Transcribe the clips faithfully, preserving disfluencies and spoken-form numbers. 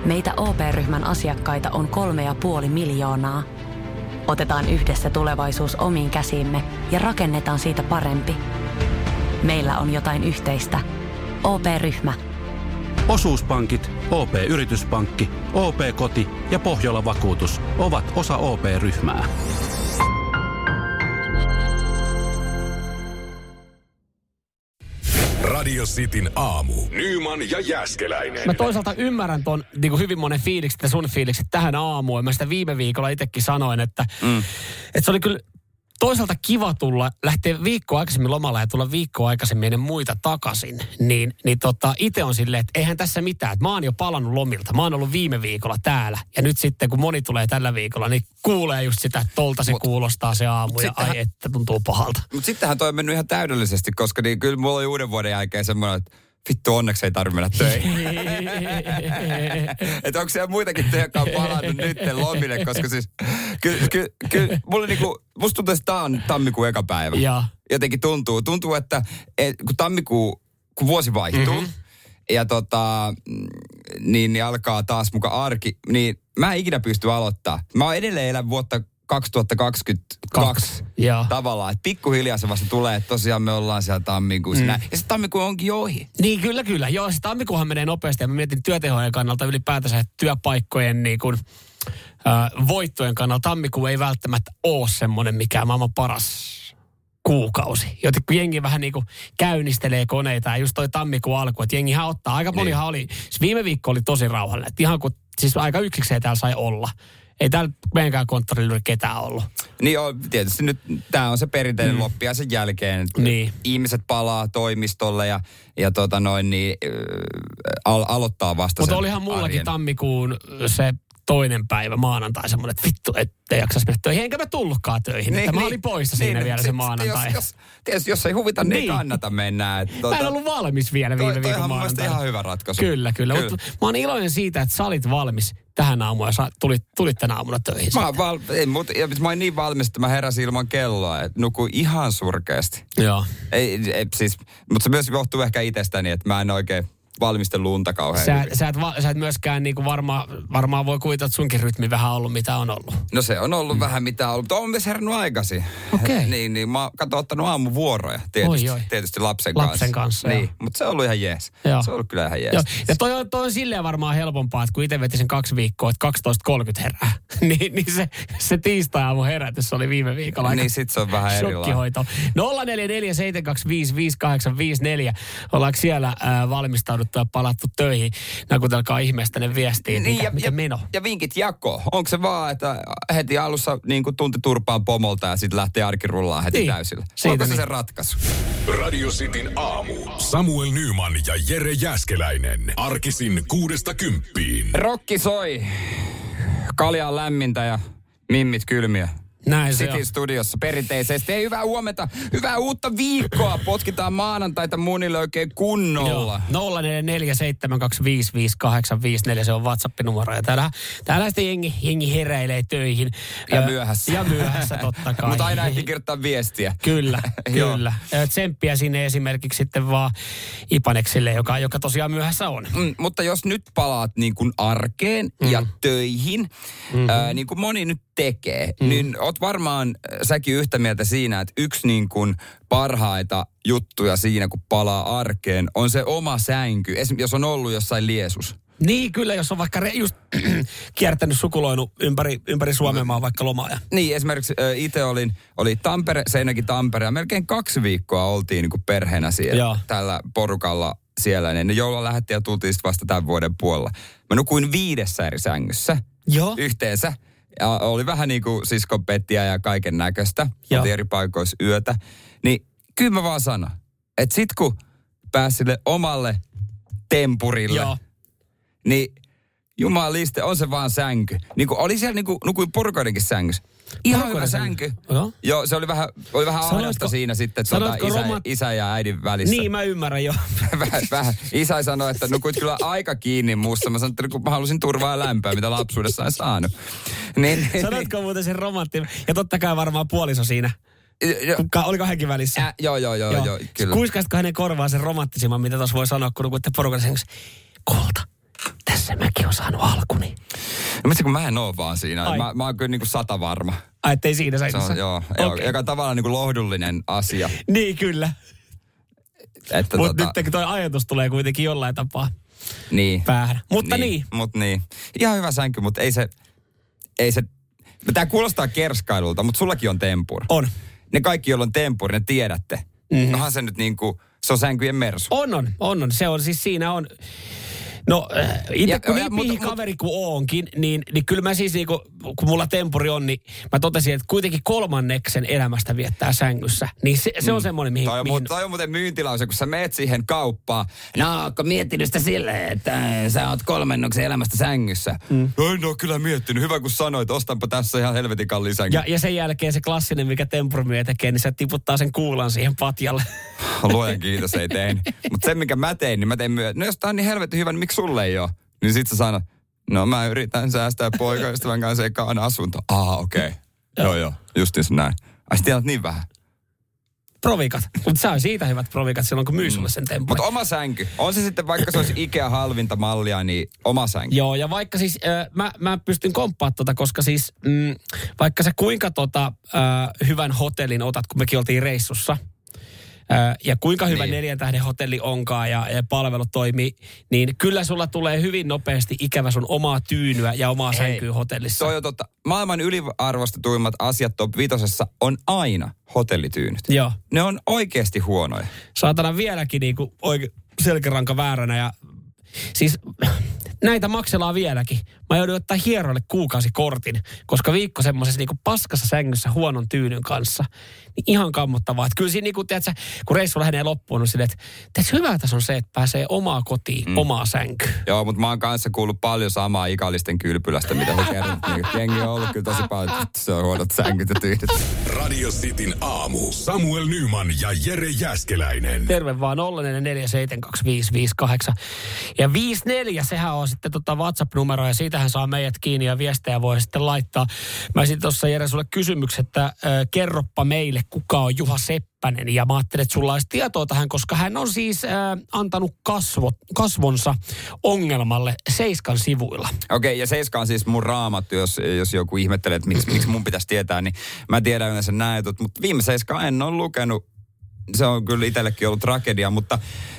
Meitä O P-ryhmän asiakkaita on kolme ja puoli miljoonaa. Otetaan yhdessä tulevaisuus omiin käsiimme ja rakennetaan siitä parempi. Meillä on jotain yhteistä. O P-ryhmä. Osuuspankit, O P-yrityspankki, O P-koti ja Pohjola-vakuutus ovat osa O P-ryhmää. Radio Cityn aamu. Nyman ja Jääskeläinen. Mä toisaalta ymmärrän ton niin kuin hyvin monen fiilikset ja sun fiilikset tähän aamuun. Mä sitä viime viikolla itsekin sanoin, että, mm. että se oli kyllä toisaalta kiva tulla, lähteä viikkoa aikaisemmin lomalla ja tulla viikkoa aikaisemmin ennen muita takaisin. Niin, niin tota, itse on silleen, että eihän tässä mitään. Että mä oon jo palannut lomilta. Mä oon ollut viime viikolla täällä. Ja nyt sitten, kun moni tulee tällä viikolla, niin kuulee just sitä, että tolta se mut, kuulostaa se aamu. Ja ai, että tuntuu pahalta. Mutta sittenhän toi on mennyt ihan täydellisesti, koska niin, kyllä mulla oli uuden vuoden jälkeen semmoinen, että vittu, onneksi ei tarvitse mennä töihin. Että onko siellä muitakin töitä, jotka on palannut nyt lomille, koska siis kyllä ky, ky, mulle niinku, musta tuntuu, että tää on tammikuun eka päivä. Ja. Jotenkin tuntuu. Tuntuu, että et, kun tammikuu, kun vuosi vaihtuu, mm-hmm. ja tota, niin, niin alkaa taas mukaan arki, niin mä en ikinä pysty aloittaa. Mä oon edelleen elän vuotta kaksituhattakaksikymmentäkaksi ja. Tavallaan, että pikkuhiljaa se vasta tulee, että tosiaan me ollaan siellä tammikuussa. Mm. Ja se tammikuu onkin jo ohi. Niin, kyllä, kyllä. Joo, se tammikuuhan menee nopeasti ja mä mietin työtehojen kannalta ylipäätänsä, että työpaikkojen niin kuin, äh, voittojen kannalta tammikuu ei välttämättä ole semmoinen mikään maailman paras kuukausi. Joten kun jengi vähän niin kuin käynnistelee koneita ja just toi tammikuun alku, että jengihän ottaa, aika monihan oli, siis viime viikko oli tosi rauhallinen, että ihan kun, siis aika yksikseen täällä sai olla. Ei täällä meidänkään konttorilla ketään ollut. Niin on, tietysti nyt tämä on se perinteinen mm. loppia sen jälkeen. Niin. Ihmiset palaa toimistolle ja, ja tota noin, niin, al- aloittaa vasta. Mutta olihan mullakin arjen. Tammikuun se toinen päivä maanantai semmoinen, että vittu, ettei jaksaisi mennä töihin. Enkä mä tullutkaan töihin. Niin, että niin, mä olin poissa niin, siinä niin, vielä se maanantai. Jos, jos, tietysti jos ei huvita, niin, niin ei kannata mennä. Että, tuota, mä en ollut valmis vielä viime toi, viikon maanantai. Ihan hyvä ratkaisu. Kyllä, kyllä. kyllä. Mut, mä oon iloinen siitä, että sä olit valmis tähän aamuun ja sä tulit, tulit tänä aamuna töihin. Mä, val, ei, mut, mä olin niin valmis, että mä heräsin ilman kelloa. Että nukuin ihan surkeasti. Joo. Ei, ei, siis, mutta se myös johtuu ehkä itsestäni, että mä en oikein valmistellut unta kauhean sä, hyvin. Sä et, sä et myöskään niinku varmaan varmaa voi kuvitella, että sunkin rytmi vähän ollut, mitä on ollut. No se on ollut mm. vähän mitä on ollut, mutta on myös herännyt aikaisin. Okei. Okay. niin, niin mä oon ottanut aamuvuoroja tietysti, oi, oi. tietysti lapsen, lapsen kanssa. kanssa. Niin, mutta se on ollut ihan jees. Joo. Se on ollut kyllä ihan jees. Joo. Ja toi on, toi on silleen varmaan helpompaa, että kun itse veti sen kaksi viikkoa, että kaksitoista kolmekymmentä herää, niin, niin se, se tiistai-aamu herätys oli viime viikolla aika niin sit se on vähän erilainen. Shokkihoito. nolla neljä neljä seitsemän kaksi viisi viisi kahdeksan viisi neljä. Ollaanko siellä äh, valmistauduttu ja palattu töihin? Nakutelkaa ihmeestä ne viestiin, niin, mikä, ja, mikä ja, meno. Ja vinkit jako. Onko se vaan, että heti alussa niin kuin tunti turpaan pomolta ja sitten lähtee arki rullaan heti niin, täysillä? Onko se niin. se ratkaisu? Radio Cityn aamu. Samuel Nyman ja Jere Jääskeläinen. Arkisin kuudesta kymppiin. Rokki soi. Kalja on lämmintä ja mimmit kylmiä. Näin se City on. Studiossa perinteisesti. Ei, hyvää huomenta, hyvää uutta viikkoa. Potkitaan maanantaita munille oikein kunnolla. Joo. nolla neljä neljä seitsemän kaksi viisi viisi kahdeksan viisi neljä, se on WhatsApp-numero. Ja täällä, täällä sitten jengi, jengi heräilee töihin. Ja ö, myöhässä. Ja myöhässä totta kai. Mutta aina ehti kirjoittaa viestiä. Kyllä, kyllä. Tsemppiä sinne esimerkiksi sitten vaan Ipaneksille, joka, joka tosiaan myöhässä on. Mm, mutta jos nyt palaat niin kuin arkeen mm. ja töihin, mm-hmm. ää, niin kuin moni nyt tekee, mm. niin oot varmaan säkin yhtä mieltä siinä, että yksi niin kuin parhaita juttuja siinä, kun palaa arkeen, on se oma sänky. Esimerkiksi jos on ollut jossain liesus. Niin, kyllä, jos on vaikka re, just kiertänyt sukuloinut ympäri, ympäri Suomenmaa vaikka lomaa. Niin, esimerkiksi äh, itse olin, oli Tampere, Seinäjoki Tampere, ja melkein kaksi viikkoa oltiin niin kuin perheenä siellä, Joo. tällä porukalla siellä. Niin joulua lähdettiin ja tultiin sitten vasta tämän vuoden puolella. Mä nukuin viidessä eri sängyssä Joo. yhteensä. Ja oli vähän niin kuin siskopettiä ja kaiken näköistä. Oltiin eri paikoissa yötä. Niin kyllä mä vaan sanon, että sit kun pääsi sille omalle tempurille, Joo. niin jumaliste, on se vaan sänky. Niin kuin oli siellä niin kuin nukuin porukoidenkin sängyssä. Ihan hyvä sänky. Joo. Joo, se oli vähän, oli vähän ahdasta siinä sitten tuota isä, roma... isä ja äidin välissä. Niin, mä ymmärrän jo. vähän, vähän. Isä sanoi, että nukuit kyllä aika kiinni muussa. Mä sanoin, että mä halusin turvaa ja lämpöä, mitä lapsuudessa en saanut. Niin, sanotko niin. muuten sen romanttinen? Ja totta kai varmaan puoliso siinä. Ka- oliko hänkin välissä? Ä, joo, joo, joo, joo, joo, kyllä. Kuiskaisitko hänen korvaan sen romanttisimman, mitä tuossa voi sanoa, kun nukuitte porukan sängyssä? Kulta, tässä mäkin on saanut alkuni. No mistä kun mä en oo vaan siinä. Mä, mä oon kyllä niinku sata varma. Ai, ettei siinä sängyssä? Se on, joo, okay. joo, joka tavallaan niinku lohdullinen asia. Niin, kyllä. Mutta tota... nyt toi ajatus tulee kuitenkin jollain tapaa niin. päähän. Mutta niin. niin. Mut niin. Ihan hyvä sänky, mutta ei se... Ei se... Tää kuulostaa kerskailulta, mutta sullakin on tempur. On. Ne kaikki, joilla on tempur, ne tiedätte. Mm-hmm. Onhan se nyt niinku... Se on sänkyjen mersu. On, on, on, on. Se on siis siinä on... No itse kun niin pihi kaveri kuin oonkin, niin, niin kyllä mä siis niinku, kun mulla tempuri on, niin mä totesin, että kuitenkin kolmanneksen elämästä viettää sängyssä. Niin se, se on mm. semmoinen, mihin... Toi on, mihin... toi on muuten myyntilause, kun sä meet siihen kauppaan. No, ootko miettinyt sitä silleen, että sä oot kolmanneksen elämästä sängyssä? Mm. En oo kyllä miettinyt. Hyvä kun sanoit, ostanpa tässä ihan helvetin kalliin sängy. Ja, ja sen jälkeen se klassinen, mikä tempurimiehet tekee, niin se tiputtaa sen kuulan siihen patjalle. Luojan kiitos, ei tein. Mutta se, mikä mä tein, niin mä tein myös. No jos tää on niin helvetin hyvä, niin miksi sulle ei ole? Niin sit sä sanot, no mä yritän säästää poikaystävän kanssa ekaan asunto. Aa, okei. Okay. Joo, joo. Justiinsa näin. Ai sit tiedät niin vähän. Provikat. Mutta saa siitä hyvät provikat silloin, kun myy sulle sen tempurin. Mutta oma sänky. On se sitten, vaikka se olisi Ikea halvinta mallia, niin oma sänky. Joo, ja vaikka siis, äh, mä, mä pystyn komppaamaan tota, koska siis, mm, vaikka sä kuinka tota, äh, hyvän hotellin otat, kun mekin oltiin reissussa, ja kuinka hyvä niin. neljän tähden hotelli onkaan ja, ja palvelu toimii, niin kyllä sulla tulee hyvin nopeasti ikävä sun omaa tyynyä ja omaa sänkyä hotellissa. Toi on totta. Maailman yliarvostetuimmat asiat top vitosessa on aina hotellityynyt. Joo. Ne on oikeasti huonoja. Saatana vieläkin niinku oike- selkäranka vääränä ja siis näitä maksellaan vieläkin. Mä joudun ottaa hieroille kuukausikortin, koska viikko semmoisessa niinku paskassa sängyssä huonon tyynyn kanssa, niin ihan kammottavaa. Että kyllä siinä niinku, tiedätkö, kun reissu lähenee loppuun, on silleen, että tiedätkö, hyvä tässä on se, että pääsee omaa kotiin, mm. omaa sänkyyn. Joo, mutta mä oon kanssa kuullut paljon samaa ikallisten kylpylästä, mitä sä kerrot. Jengi on ollut kyllä tosi paljon, että se on huonot sänkyt ja tyynyt. Radio Cityn aamu. Samuel Nyman ja Jere Jääskeläinen. Terve vaan nolla neljä neljä seitsemän kaksi viisi viisi kahdeksan. Ja viisi neljä, sehän on sitten tota WhatsApp-numero ja siitähän saa meidät kiinni ja viestejä voi sitten laittaa. Mä sitten tuossa Jere sulle kysymyksen, että äh, kerroppa meille, kuka on Juha Seppänen. Ja mä ajattelin, että sulla olisi tietoa tähän, koska hän on siis äh, antanut kasvot, kasvonsa ongelmalle Seiskan sivuilla. Okei, okay, ja Seiska on siis mun raamattu, jos, jos joku ihmettelee, että miksi, miksi mun pitäisi tietää, niin mä tiedän yleensä näin jutut, mutta viime Seiskaa en ole lukenut. Se on kyllä itsellekin ollut tragedia, mutta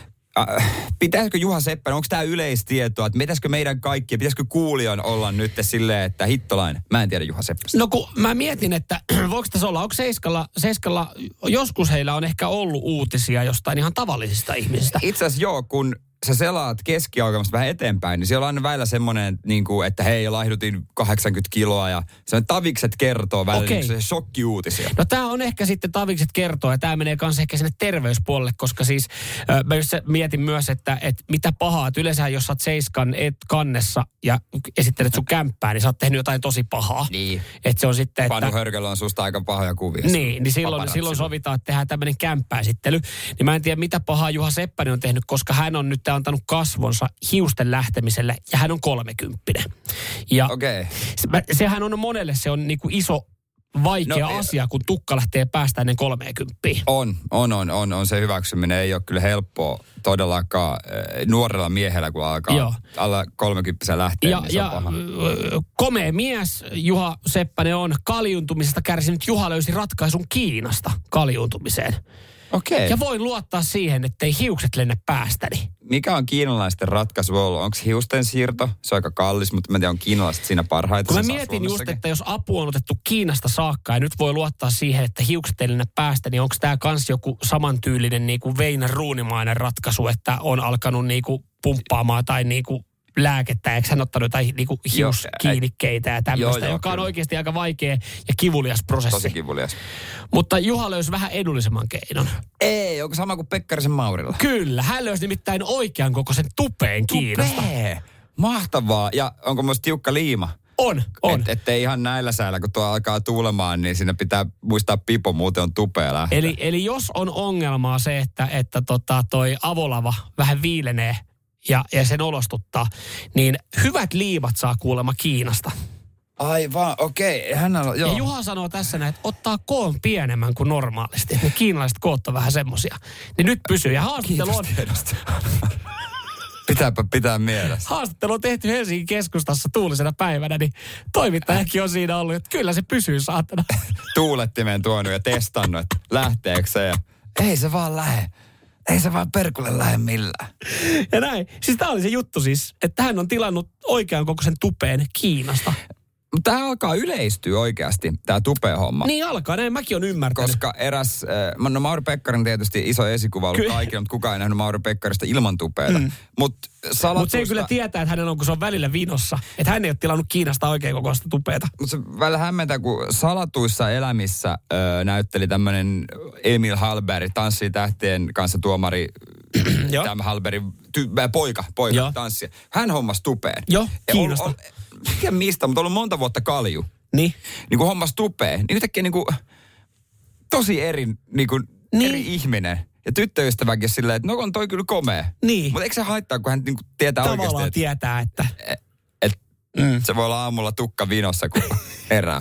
äh, pitäisikö Juha Seppänen, onko tämä yleistietoa, että pitäisikö meidän kaikki, pitäisikö kuulijan olla nyt silleen, että hittolainen, mä en tiedä Juha Seppästä. No kun mä mietin, että voiko tässä olla, onko Seiskalla, Seiskalla, joskus heillä on ehkä ollut uutisia jostain ihan tavallisista ihmisistä. Itse asiassa joo, kun sä selaat keskiaukelmasta vähän eteenpäin, niin siellä on aina välillä semmoinen, niin kuin, että hei, laihdutin kahdeksankymmentä kiloa ja semmoinen tavikset kertoo välillä okay. niin shokkiuutisia. No tää on ehkä sitten tavikset kertoo ja tää menee kanssa ehkä sinne terveyspuolelle, koska siis äh, mä just mietin myös, että et mitä pahaa, että yleensä jos sä oot Seiskan et kannessa ja esittelet sun kämppää, niin sä oot tehnyt jotain tosi pahaa. Niin. Että se on sitten, että... Panu Hörkölä on susta aika pahoja kuvia. Niin, niin silloin, silloin sovitaan, että tehdään tämmöinen kämppäesittely. Niin mä en tiedä, mitä pahaa Juha Seppänen on tehnyt, koska hän on nyt antanut kasvonsa hiusten lähtemiselle ja hän on kolmekymppinen. Ja okay. se, sehän on monelle se on niinku iso vaikea no, asia, kun tukka lähtee päästä ennen kolmeekymppiä. On, on, on, on, on se hyväksyminen. Ei ole kyllä helppoa todellakaan nuorella miehellä, kun alkaa Joo. alla kolmekymppisen lähteä. Ja, niin ja komea mies Juha Seppänen on kaljuuntumisesta kärsinyt. Juha löysi ratkaisun Kiinasta kaljuuntumiseen. Okei. Ja voin luottaa siihen, ettei hiukset lennä päästäni. Mikä on kiinalaisten ratkaisu ollut? Onko hiusten siirto? Se on aika kallis, mutta mä en tiedä, on kiinalaiset siinä parhaita. Kun mä mietin just, että jos apu on otettu Kiinasta saakka ja nyt voi luottaa siihen, että hiukset ei lennä päästä, niin onko tämä kans joku samantyylinen niin kuin Veinar Ruunimainen ratkaisu, että on alkanut niin kuin pumppaamaan tai niin kuin lääkettä, eikö hän ottanut jotain niinku hiuskiinnikkeitä ja tämmöistä, joka on oikeasti aika vaikea ja kivulias prosessi. Tosi kivulias. Mutta Juha löysi vähän edullisemman keinon. Ei, onko sama kuin Pekkarisen Maurilla? Kyllä, hän löysi nimittäin oikean kokoisen tupeen Kiinasta. Tupee! Mahtavaa. Ja onko myös tiukka liima? On, on. Et, ettei ihan näillä säällä, kun tuo alkaa tuulemaan, niin siinä pitää muistaa pipo, muuten on tupea lähteä. Eli, eli jos on ongelmaa se, että, että tota toi avolava vähän viilenee, Ja, ja sen olostuttaa, niin hyvät liivat saa kuulemma Kiinasta. Aivan, okei. Okay. Hän on, joo. Ja Juha sanoo tässä näin, että ottaa koon pienemmän kuin normaalisti. Ne kiinalaiset koot on vähän semmosia. Niin nyt pysyy. Ja haastattelu on... Pitääpä pitää mielessä. Haastattelu on tehty Helsingin keskustassa tuulisena päivänä, niin toimittajakin on siinä ollut, että kyllä se pysyy saatana. Tuulettimen tuonut ja testannut, että lähteekö se ja ei se vaan lähe. Ei se vaan perkulle lähde millään. Ja näin. Siis tää oli se juttu siis, että hän on tilannut oikean kokoisen tupeen Kiinasta. Tämä alkaa yleistyä oikeasti, tämä tupehomma. Niin alkaa, näin mäkin on ymmärtänyt. Koska eräs, no Mauri Pekkarinen tietysti iso esikuva ollut kaikille, mutta kukaan ei nähnyt Mauri Pekkarista ilman tupeita. Mm. Mutta salatusta... Mut se ei kyllä tietää, että hänellä on, kun se on välillä vinossa. Että hän ei ole tilannut Kiinasta oikein kokoista tupeita. Mutta se välillä hämmentää, kun Salatuissa elämissä ö, näytteli tämmöinen Emil Hallberg, Tanssii tähtien kanssa tuomari, tämä Hallbergin ty- poika, poika tanssia. Hän hommasi tupeen. Joo, Kiinasta. On, on, mikä mistä, mutta on ollut monta vuotta kalju. Niin. Niin kuin hommas tupeen, niin yhtäkkiä niin kuin tosi eri, niin kuin niin. eri ihminen. Ja tyttöystäväkin silleen, että no on toi kyllä komea. Niin. Mutta eikö se haittaa, kun hän niin kuin tietää tavallaan oikeasti. Tavallaan tietää, että... Että et, mm. se voi olla aamulla tukka vinossa, kun herää.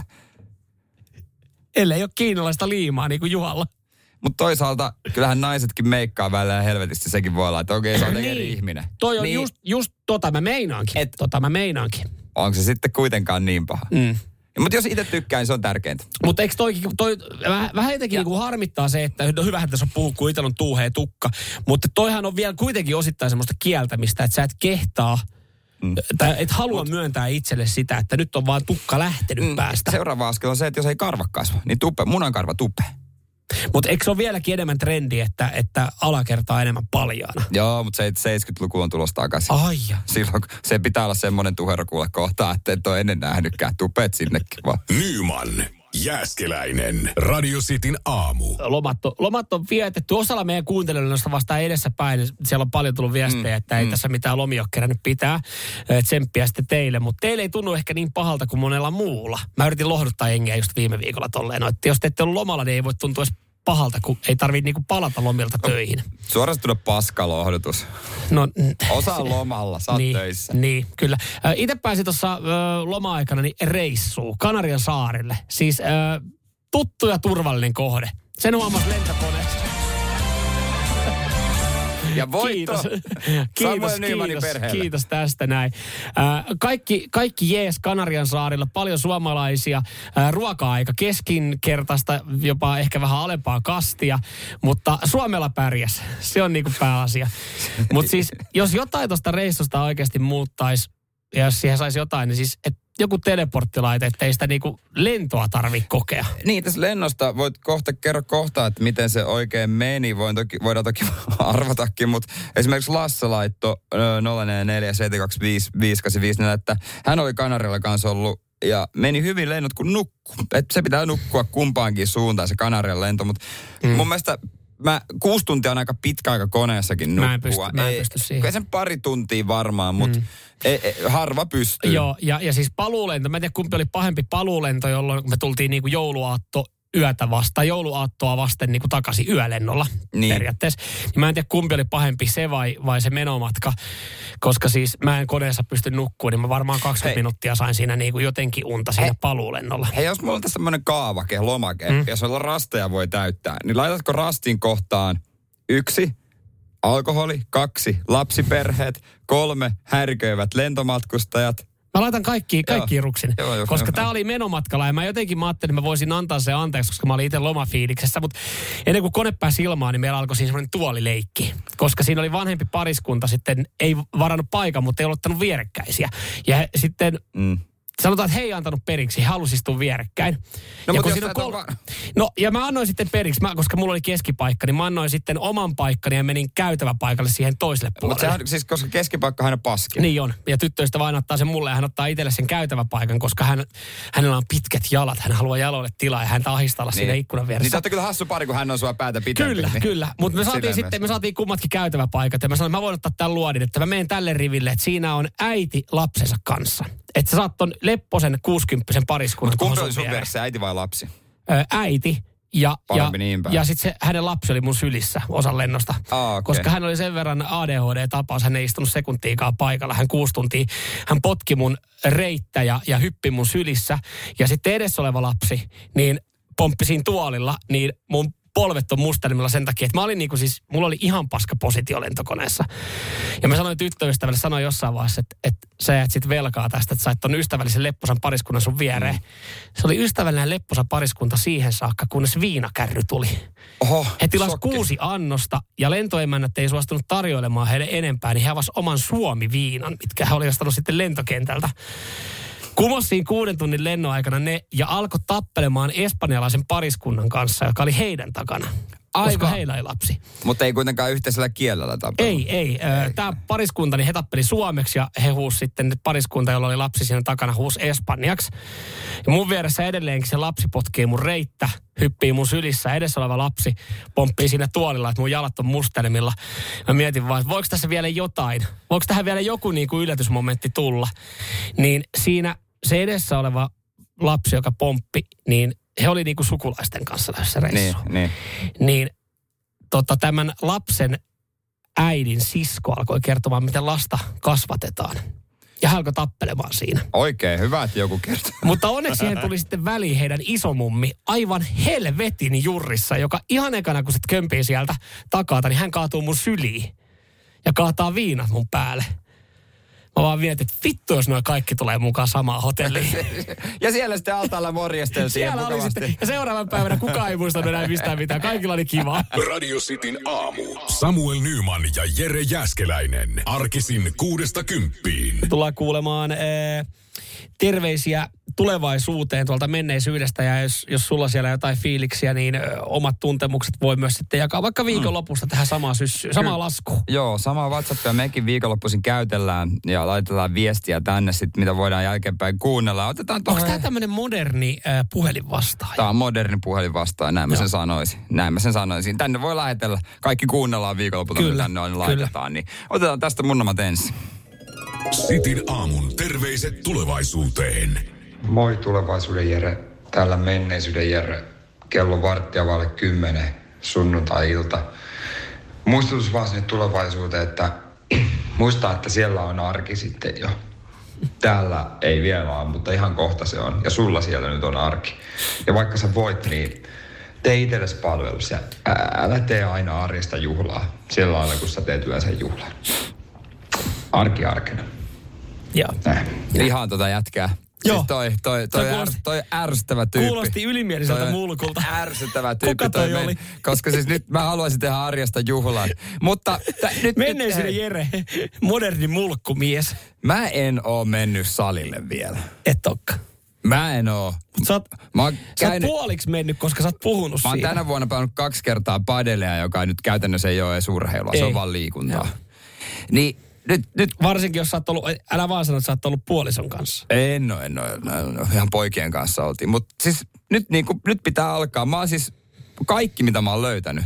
Ellei ole kiinalaista liimaa, niin kuin Juhalla. Mutta toisaalta kyllähän naisetkin meikkaa välillä helvetisti, sekin voi olla, että okei, se on niin. eri ihminen. Toi on niin. just, just tota mä meinaankin. Et, tota mä meinaankin. Onko se sitten kuitenkaan niin paha? Mm. Mutta jos itse tykkään, niin se on tärkeintä. Mutta eikö toi, toi vähän, vähän jotenkin niinku harmittaa se, että no hyvähän tässä on puhua, kun itsellä on tuuhea tukka. Mutta toihan on vielä kuitenkin osittain semmoista kieltämistä, että sä et kehtaa, mm. tai et halua Mut, myöntää itselle sitä, että nyt on vaan tukka lähtenyt mm, päästä. Seuraava askel on se, että jos ei karva kasva, niin tupe, munankarva tupee. Mutta eikö se ole vieläkin enemmän trendi, että, että alakerta on enemmän paljaana? Joo, mutta seitsemänkymmentäluku on tulossa takaisin. Ai ja. Silloin se pitää olla semmoinen tuherokuule kohta, että et ole ennen nähnytkään. Tupeet sinnekin vaan. Nyman, Jääskeläinen, Radio Cityn aamu. Lomat on, lomat on vietetty. Osalla meidän kuuntelijoista vasta edessäpäin. Siellä on paljon tullut viestejä, mm, että ei mm. tässä mitään lomia ole kerännyt pitää. Tsemppiä sitten teille. Mutta teille ei tunnu ehkä niin pahalta kuin monella muulla. Mä yritin lohduttaa jengiä just viime viikolla tolleen. No, että jos te ette ollut lomalla, niin ei voi tuntua edes pahalta, kun ei tarvitse niinku palata lomilta töihin. Suorastunut paskalohdutus. No, Osa on lomalla, sä oot niin, töissä. Niin, kyllä. Itse pääsin tuossa loma-aikana niin reissuun Kanarian saarille. Siis ö, tuttu ja turvallinen kohde. Sen huomasi lentokoneessa. Ja voitto. Kiitos, kiitos, kiitos, kiitos tästä näin. Äh, kaikki, kaikki jees Kanarian saarilla, paljon suomalaisia, äh, ruoka-aika keskinkertaista, jopa ehkä vähän alempaa kastia, mutta Suomella pärjäs. Se on niinku pääasia. Mutta siis, jos jotain tuosta reissusta oikeasti muuttaisi, ja jos siihen saisi jotain, niin siis, että joku teleporttilaite, ettei sitä niinku lentoa tarvitse kokea. Niin, tässä lennosta voit kohta kerro kohta, että miten se oikein meni. Voin toki, voidaan toki arvatakin, mutta esimerkiksi Lasse laitto nolla neljä neljä seitsemän kaksi viisi viisi kahdeksan viisi neljä, että hän oli Kanarialla kanssa ollut ja meni hyvin lennot kuin nukku. Että se pitää nukkua kumpaankin suuntaan se Kanarian lento, mutta mm. mun mielestä mä, kuusi tuntia on aika pitkä aika koneessakin nukkua. Mä en pysty, mä en pysty siihen. Ei sen pari tuntia varmaan, mutta mm. ei, ei, harva pystyy. Joo, ja, ja siis paluulento, mä en tiedä kumpi oli pahempi paluulento, jolloin me tultiin niinku jouluaatto yötä vastaan, jouluaattoa vasten niin kuin takaisin yölennolla niin. periaatteessa. Niin mä en tiedä kumpi oli pahempi, se vai, vai se menomatka, koska siis mä en koneessa pysty nukkumaan, niin mä varmaan kaksikymmentä Hei. minuuttia sain siinä niin kuin jotenkin unta siinä Hei. paluulennolla. Hei, jos mulla on tässä semmoinen kaavake, lomake, mm. jos olla rasteja voi täyttää, niin laitatko rastin kohtaan yksi, alkoholi, kaksi, lapsiperheet, kolme, häiriköivät lentomatkustajat. Mä laitan kaikki, kaikki ruksin, joo, joo, koska joo. tää oli menomatkalla ja mä jotenkin mä ajattelin, että mä voisin antaa se anteeksi, koska mä olin itse lomafiiliksessä, mutta ennen kuin kone pääsi ilmaan, niin meillä alkoi siinä semmoinen tuolileikki, koska siinä oli vanhempi pariskunta sitten, ei varannut paikan, mutta ei ollut ottanut vierekkäisiä. Ja he, sitten mm. sanotaan, että he ei antanut periksi, he halusi istua vierekkäin. No, ja mutta jos kol... va- no ja mä annoin sitten periksi, mä, koska mulla oli keskipaikka, niin mä annoin sitten oman paikkani ja menin käytäväpaikalle siihen toiselle puolelle. Mutta sehän, siis koska keskipaikka aina paski. Niin on. Ja tyttöystä vain ottaa sen mulle ja hän ottaa itselle sen käytäväpaikan, koska hän, hänellä on pitkät jalat. Hän haluaa jaloille tilaa ja häntä ahistalla niin. siinä ikkunan vieressä. Niin te olette kyllä hassu pari, kun hän on sua päätä pitempi. Kyllä, niin. kyllä. Mutta me saatiin sitten, me saatiin kummatkin käytäväpaikat ja mä sanoin, että mä voin ottaa tämän luodin, että mä menen tälle riville, että siinä on äiti lapsensa kanssa. Että sä saat ton lepposen kuusikymppisen pariskunnan. Mutta kumpi oli sun vieressä, äiti vai lapsi? Ö, äiti. Ja, ja, niin ja sitten hänen lapsi oli mun sylissä osan lennosta. Ah, okay. Koska hän oli sen verran A D H D-tapaus, hän ei istunut sekuntiikaan paikalla. Hän kuusi tuntia, hän potki mun reittä ja, ja hyppi mun sylissä. Ja sitten edessä oleva lapsi, niin pomppi siinä tuolilla, niin mun polvet on mustelmilla sen takia, että mä olin niinku siis, mulla oli ihan paska positio lentokoneessa. Ja mä sanoin tyttöystävälle, sanoin jossain vaiheessa, että, että sä jäät sit velkaa tästä, että sait ton ystävällisen lepposan pariskunnan sun viereen. Mm. Se oli ystävällinen lepposa pariskunta siihen saakka, kunnes viinakärry tuli. Oho, he tilasi shokki. kuusi annosta ja lentoemännät ei suostunut tarjoilemaan heille enempää, niin he avasi oman Suomi-viinan, mitkä he oli ostanut sitten lentokentältä. Kumosi siinä kuuden tunnin lennon aikana ne ja alkoi tappelemaan espanjalaisen pariskunnan kanssa, joka oli heidän takana. Aivan. Koska heillä ei lapsi. Mutta ei kuitenkaan yhteisellä kielellä tappella. Ei, ei. Tämä pariskunta, niin he tappeli suomeksi ja he huusi sitten pariskunta, jolla oli lapsi siinä takana, huusi espanjaksi. Ja mun vieressä edelleenkin se lapsi potkii mun reittä, hyppii mun sylissä. Edessä oleva lapsi pomppii siinä tuolilla, että mun jalat on mustelmilla. Mä mietin vaan, että voiko tässä vielä jotain? Voiko tähän vielä joku niin kuin yllätysmomentti tulla? Niin siinä se edessä oleva lapsi, joka pomppi, niin he oli niinku sukulaisten kanssa lähdössä reissuun. Niin, niin. Niin tota, tämän lapsen äidin sisko alkoi kertomaan, miten lasta kasvatetaan. Ja hän alkoi tappelemaan siinä. Oikein hyvä, että joku kertoo. Mutta onneksi siihen tuli sitten väliin heidän isomummi aivan helvetin jurrissa, joka ihan ekana, kun se kömpii sieltä takaa, niin hän kaatuu mun syliin ja kaataa viinat mun päälle. Mä vaan mietin, että vittu, jos nuo kaikki tulee mukaan samaan hotelliin. Ja siellä sitten altaalla morjesteltiin. Siellä oli sitten, ja seuraavan päivänä kukaan ei muistanut enää mistään mitään. Kaikilla oli kiva. Radio Cityn aamu. Samuel Nyman ja Jere Jääskeläinen. Arkisin kuudesta kymppiin. Tullaan kuulemaan ee, terveisiä tulevaisuuteen tuolta menneisyydestä. Ja jos, jos sulla siellä jotain fiiliksiä, niin ö, omat tuntemukset voi myös sitten jakaa vaikka viikonlopusta tähän samaan syssyyn, samaan laskuun. Joo, samaa WhatsAppia mekin viikonloppuisin käytellään ja laitetaan viestiä tänne sitten, mitä voidaan jälkeenpäin kuunnella. Otetaan Onko tämä tämmöinen moderni äh, puhelinvastaaja? Tämä on moderni puhelinvastaaja, näin mä sen sanoisin. Näin mä sen sanoisin. Tänne voi lähetellä. Kaikki kuunnellaan viikonlopulta, mitä tänne on laitetaan. Niin otetaan tästä munnamat ensin. Cityn aamun terveiset tulevaisuuteen. Moi tulevaisuuden Jere. Täällä menneisyyden Jere. Kello varttia vaille kymmenen sunnuntai-ilta. Muistutus vaan sinne tulevaisuuteen, että muistaa, että siellä on arki sitten jo. Täällä ei vielä ole, mutta ihan kohta se on. Ja sulla siellä nyt on arki. Ja vaikka sä voit, niin tee itsellesi palvelus ja älä tee aina arjesta juhlaa. Sillä lailla, kun sä teet yleensä juhlan. Arki arkena. Joo. Näin. Ihan tota jätkää. Joo. Siis toi, toi, toi, toi, kuulosti, är, toi ärsyttävä tyyppi. Kuulosti ylimieliseltä mulkulta. Ärsyttävä tyyppi. Kuka toi, toi oli? Koska siis nyt mä haluaisin tehdä arjesta juhlan. Mutta t- nyt... Menneisyyden Jere, moderni mulkkumies. Mä en oo mennyt salille vielä. Et olekaan. Mä en oo. Sä oot, mä oon sä käynyt, oot puoliksi mennyt, koska sä oot puhunut Mä oon siitä. tänä vuonna pelannut kaksi kertaa padelea, joka nyt käytännössä ei ole edes urheilua. Ei. Se on vaan liikuntaa. Joo. Niin nyt, nyt... Varsinkin jos sä oot ollut, älä vaan sano, että sä oot ollut puolison kanssa. En oo, en oo. Ihan poikien kanssa oltiin. Mutta siis nyt, niin kun, nyt pitää alkaa. Mä oon siis kaikki, mitä mä oon löytänyt.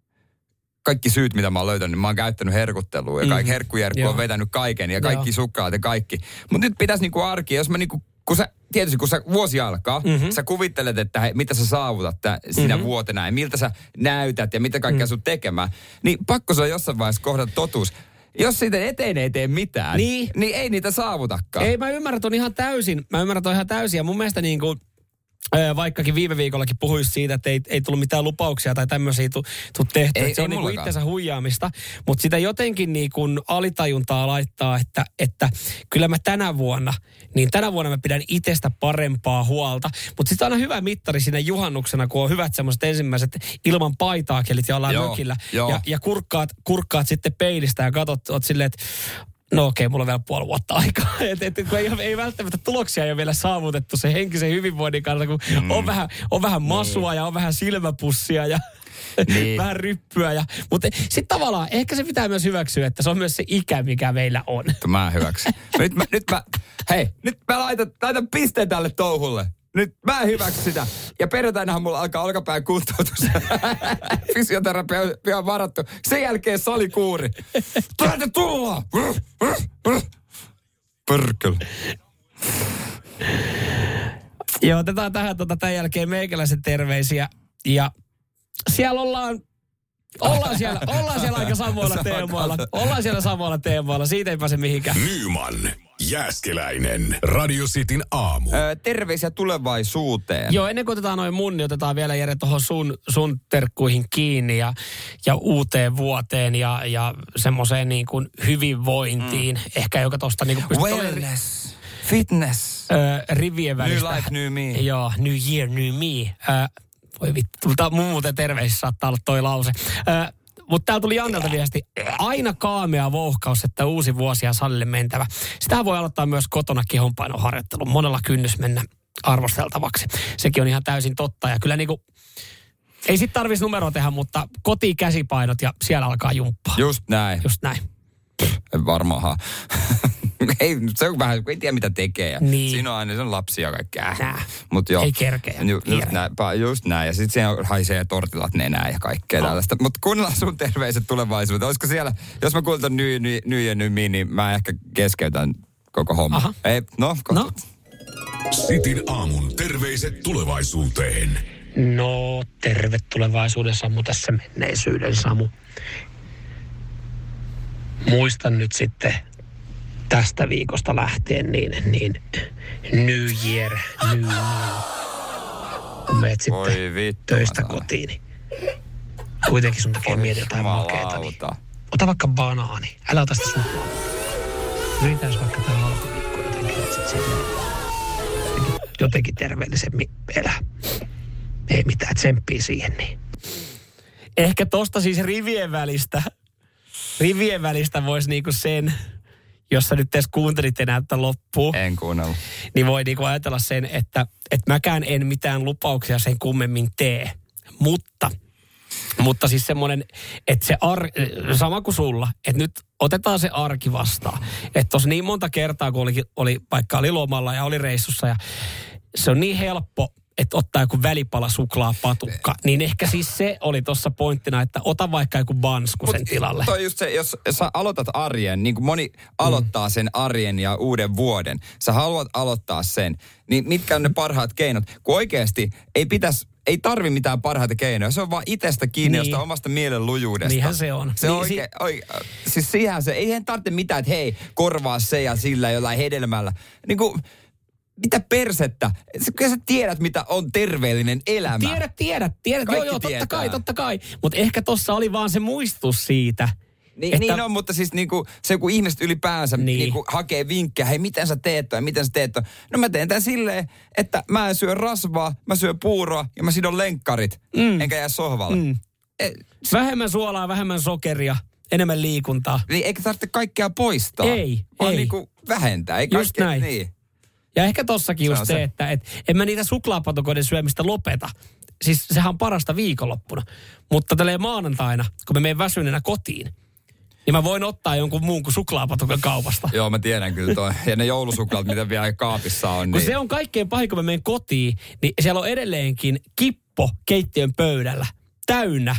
Kaikki syyt, mitä mä oon löytänyt, mä oon käyttänyt herkuttelua ja kaikki mm. herkkujerkku on vetänyt kaiken ja kaikki Joo. suklaat ja kaikki. Mutta nyt pitäisi niinku arki, jos mä niinku, kun sä, tietysti kun sä vuosi alkaa, mm-hmm. sä kuvittelet, että he, mitä sä saavutat tä, sinä mm-hmm. vuotena ja miltä sä näytät ja mitä kaikkea mm. sun tekemään, niin pakko se on jossain vaiheessa kohdata totuus. Jos siitä eteen ei tee mitään, niin, niin ei niitä saavutakaan. Ei, mä ymmärrän ton ihan täysin. Mä ymmärrän ton ihan täysin ja mun mielestä niin kuin vaikkakin viime viikollakin puhuisi siitä, että ei, ei tullut mitään lupauksia tai tämmöisiä tu, tu tehty. Ei, se on niin itsensä huijaamista. Mutta sitä jotenkin niin kuin alitajuntaa laittaa, että, että kyllä mä tänä vuonna, niin tänä vuonna mä pidän itsestä parempaa huolta. Mutta sitten on aina hyvä mittari siinä juhannuksena, kun on hyvät semmoiset ensimmäiset ilman paitaakelit ja ollaan mökillä. Ja, ja kurkkaat, kurkkaat sitten peilistä ja katot, oot silleen, että no okei, mulla on vielä puoli vuotta aikaa. Et, et, kun ei, ei välttämättä tuloksia ei ole vielä saavutettu se henkisen hyvinvoinnin kanssa, kun mm. on, vähän, on vähän masua mm. ja on vähän silmäpussia ja niin. vähän ryppyä. Ja, mutta sitten tavallaan ehkä se pitää myös hyväksyä, että se on myös se ikä, mikä meillä on. Mä hyväksyn. nyt mä, nyt mä, hei, nyt mä laitan, laitan pisteen tälle touhulle. Nyt mä en hyväksy sitä. Ja perjantainahan mulla alkaa olkapään kuntoutus. Fysioterapia on varattu. Sen jälkeen salikuuri. Täältä tullaan! Pörköl. Joo, otetaan tähän tota, tämän jälkeen meikäläisen terveisiä. Ja siellä ollaan Ollaan siellä, ollaan siellä aika samoilla teemoilla. Ollaan siellä samoilla teemoilla, siitä ei pääse mihinkään. Nyman, Jääskeläinen, Radio Cityn aamu. Öö, terveisiä tulevaisuuteen. Joo, ennen kuin otetaan noin mun, niin otetaan vielä Jere tuohon sun, sun terkkuihin kiinni ja, ja uuteen vuoteen ja, ja semmoiseen niin kuin hyvinvointiin. Mm. Ehkä joka tosta niin kuin wellness, fitness. Öö, rivien välistä. New life, new me. Joo, new year, new me. Öö, voi vittu, mutta muuten terveisissä saattaa olla toi lause. Öö, Mutta täällä tuli Jannelta viesti. Aina kaamea vouhkaus, että uusi vuosi ja salille mentävä. Sitä voi aloittaa myös kotona kehonpainoharjoittelun. Monella kynnys mennä arvosteltavaksi. Sekin on ihan täysin totta. Ja kyllä niinku, ei sit tarvitsisi numeroa tehdä, mutta kotiin käsipainot ja siellä alkaa jumppaa. Just näin. Just näin. Varmaanhan. Ei, se on vähän, ei tiedä mitä tekee. Niin. Siinä on aina, se on lapsia ja kaikkea. Nää. Mut joo. Ei kerkeä. Ju, just, näin, just näin. Ja sitten siellä haisee tortilat nenää ja kaikkea no. tällaista. Mutta kuunnellaan sun terveiset tulevaisuuteen. Olisiko siellä, jos mä kuulen ny, ny, ny ja ny, niin mä ehkä keskeytän koko homma. Aha. Ei, no, no. Cityn aamun terveiset tulevaisuuteen. No, terve tulevaisuuden Samu tässä menneisyyden Samu. Muistan nyt sitten tästä viikosta lähtien niin, niin New Year, New Me. Kun meet sitten vittu, töistä kotiin, niin kuitenkin sun tekee mieti jotain makeeta. Niin ota vaikka banaani. Älä ota sitä suklaa. Yritäis vaikka tää alkuviikko jotenkin, että sit siinä jotenkin terveellisemmin elää. Ei mitään, tsemppii siihen niin. Ehkä tosta siis rivien välistä, rivien välistä vois niinku sen, jos sä nyt edes kuuntelit enää, että loppuu. En kuunnellut. Niin voi niinku ajatella sen, että, että mäkään en mitään lupauksia sen kummemmin tee. Mutta, mutta siis semmoinen, että se ar, sama kuin sulla, että nyt otetaan se arki vastaan. Että tossa niin monta kertaa, kun oli, oli vaikka oli lomalla ja oli reissussa ja se on niin helppo, että ottaa joku välipala suklaapatukka, niin ehkä siis se oli tuossa pointtina, että ota vaikka joku bansku sen tilalle. Toi just se, jos sä aloitat arjen, niin kuin moni aloittaa sen arjen ja uuden vuoden, sä haluat aloittaa sen, niin mitkä on ne parhaat keinot? Kun oikeasti ei pitäisi, ei tarvi mitään parhaita keinoja, se on vaan itsestä kiinni, niin. Josta omasta mielenlujuudesta. Niinhän se on. Se niin, on oikein, si- oike, siis siihen se, eihän tarvitse mitään, että hei, korvaa se ja sillä jollain hedelmällä. Niin kuin, mitä persettä? Kyllä sä tiedät, mitä on terveellinen elämä. Tiedät, tiedät, tiedät. Kaikki joo, joo, totta tietää. kai, totta kai. Mutta ehkä tossa oli vaan se muistus siitä. Niin, että, niin on, mutta siis niinku, se kun ihmiset ylipäänsä niin. niinku, hakee vinkkejä, hei miten sä teet toi, miten sä teet toi. No mä teen tämän silleen, että mä en syö rasvaa, mä syön puuroa ja mä sidon lenkkarit, mm. enkä jää sohvalle. Mm. E, vähemmän suolaa, vähemmän sokeria, enemmän liikuntaa. Niin eikä tarvitse kaikkea poistaa. Ei, vaan ei. Niinku vähentää. Ei just kaikkea, näin. Niin. Ja ehkä tossakin just se, se, että et, en mä niitä suklaapatukoiden syömistä lopeta. Siis sehän on parasta viikonloppuna. Mutta tälleen maanantaina, kun mä menen väsyneenä kotiin, niin mä voin ottaa jonkun muun kuin suklaapatukan kaupasta. Joo, mä tiedän kyllä toi. Ja ne joulusuklaat, mitä vielä kaapissa on. Kun niin... se on kaikkein pahin, kun mä menen kotiin, niin siellä on edelleenkin kippo keittiön pöydällä täynnä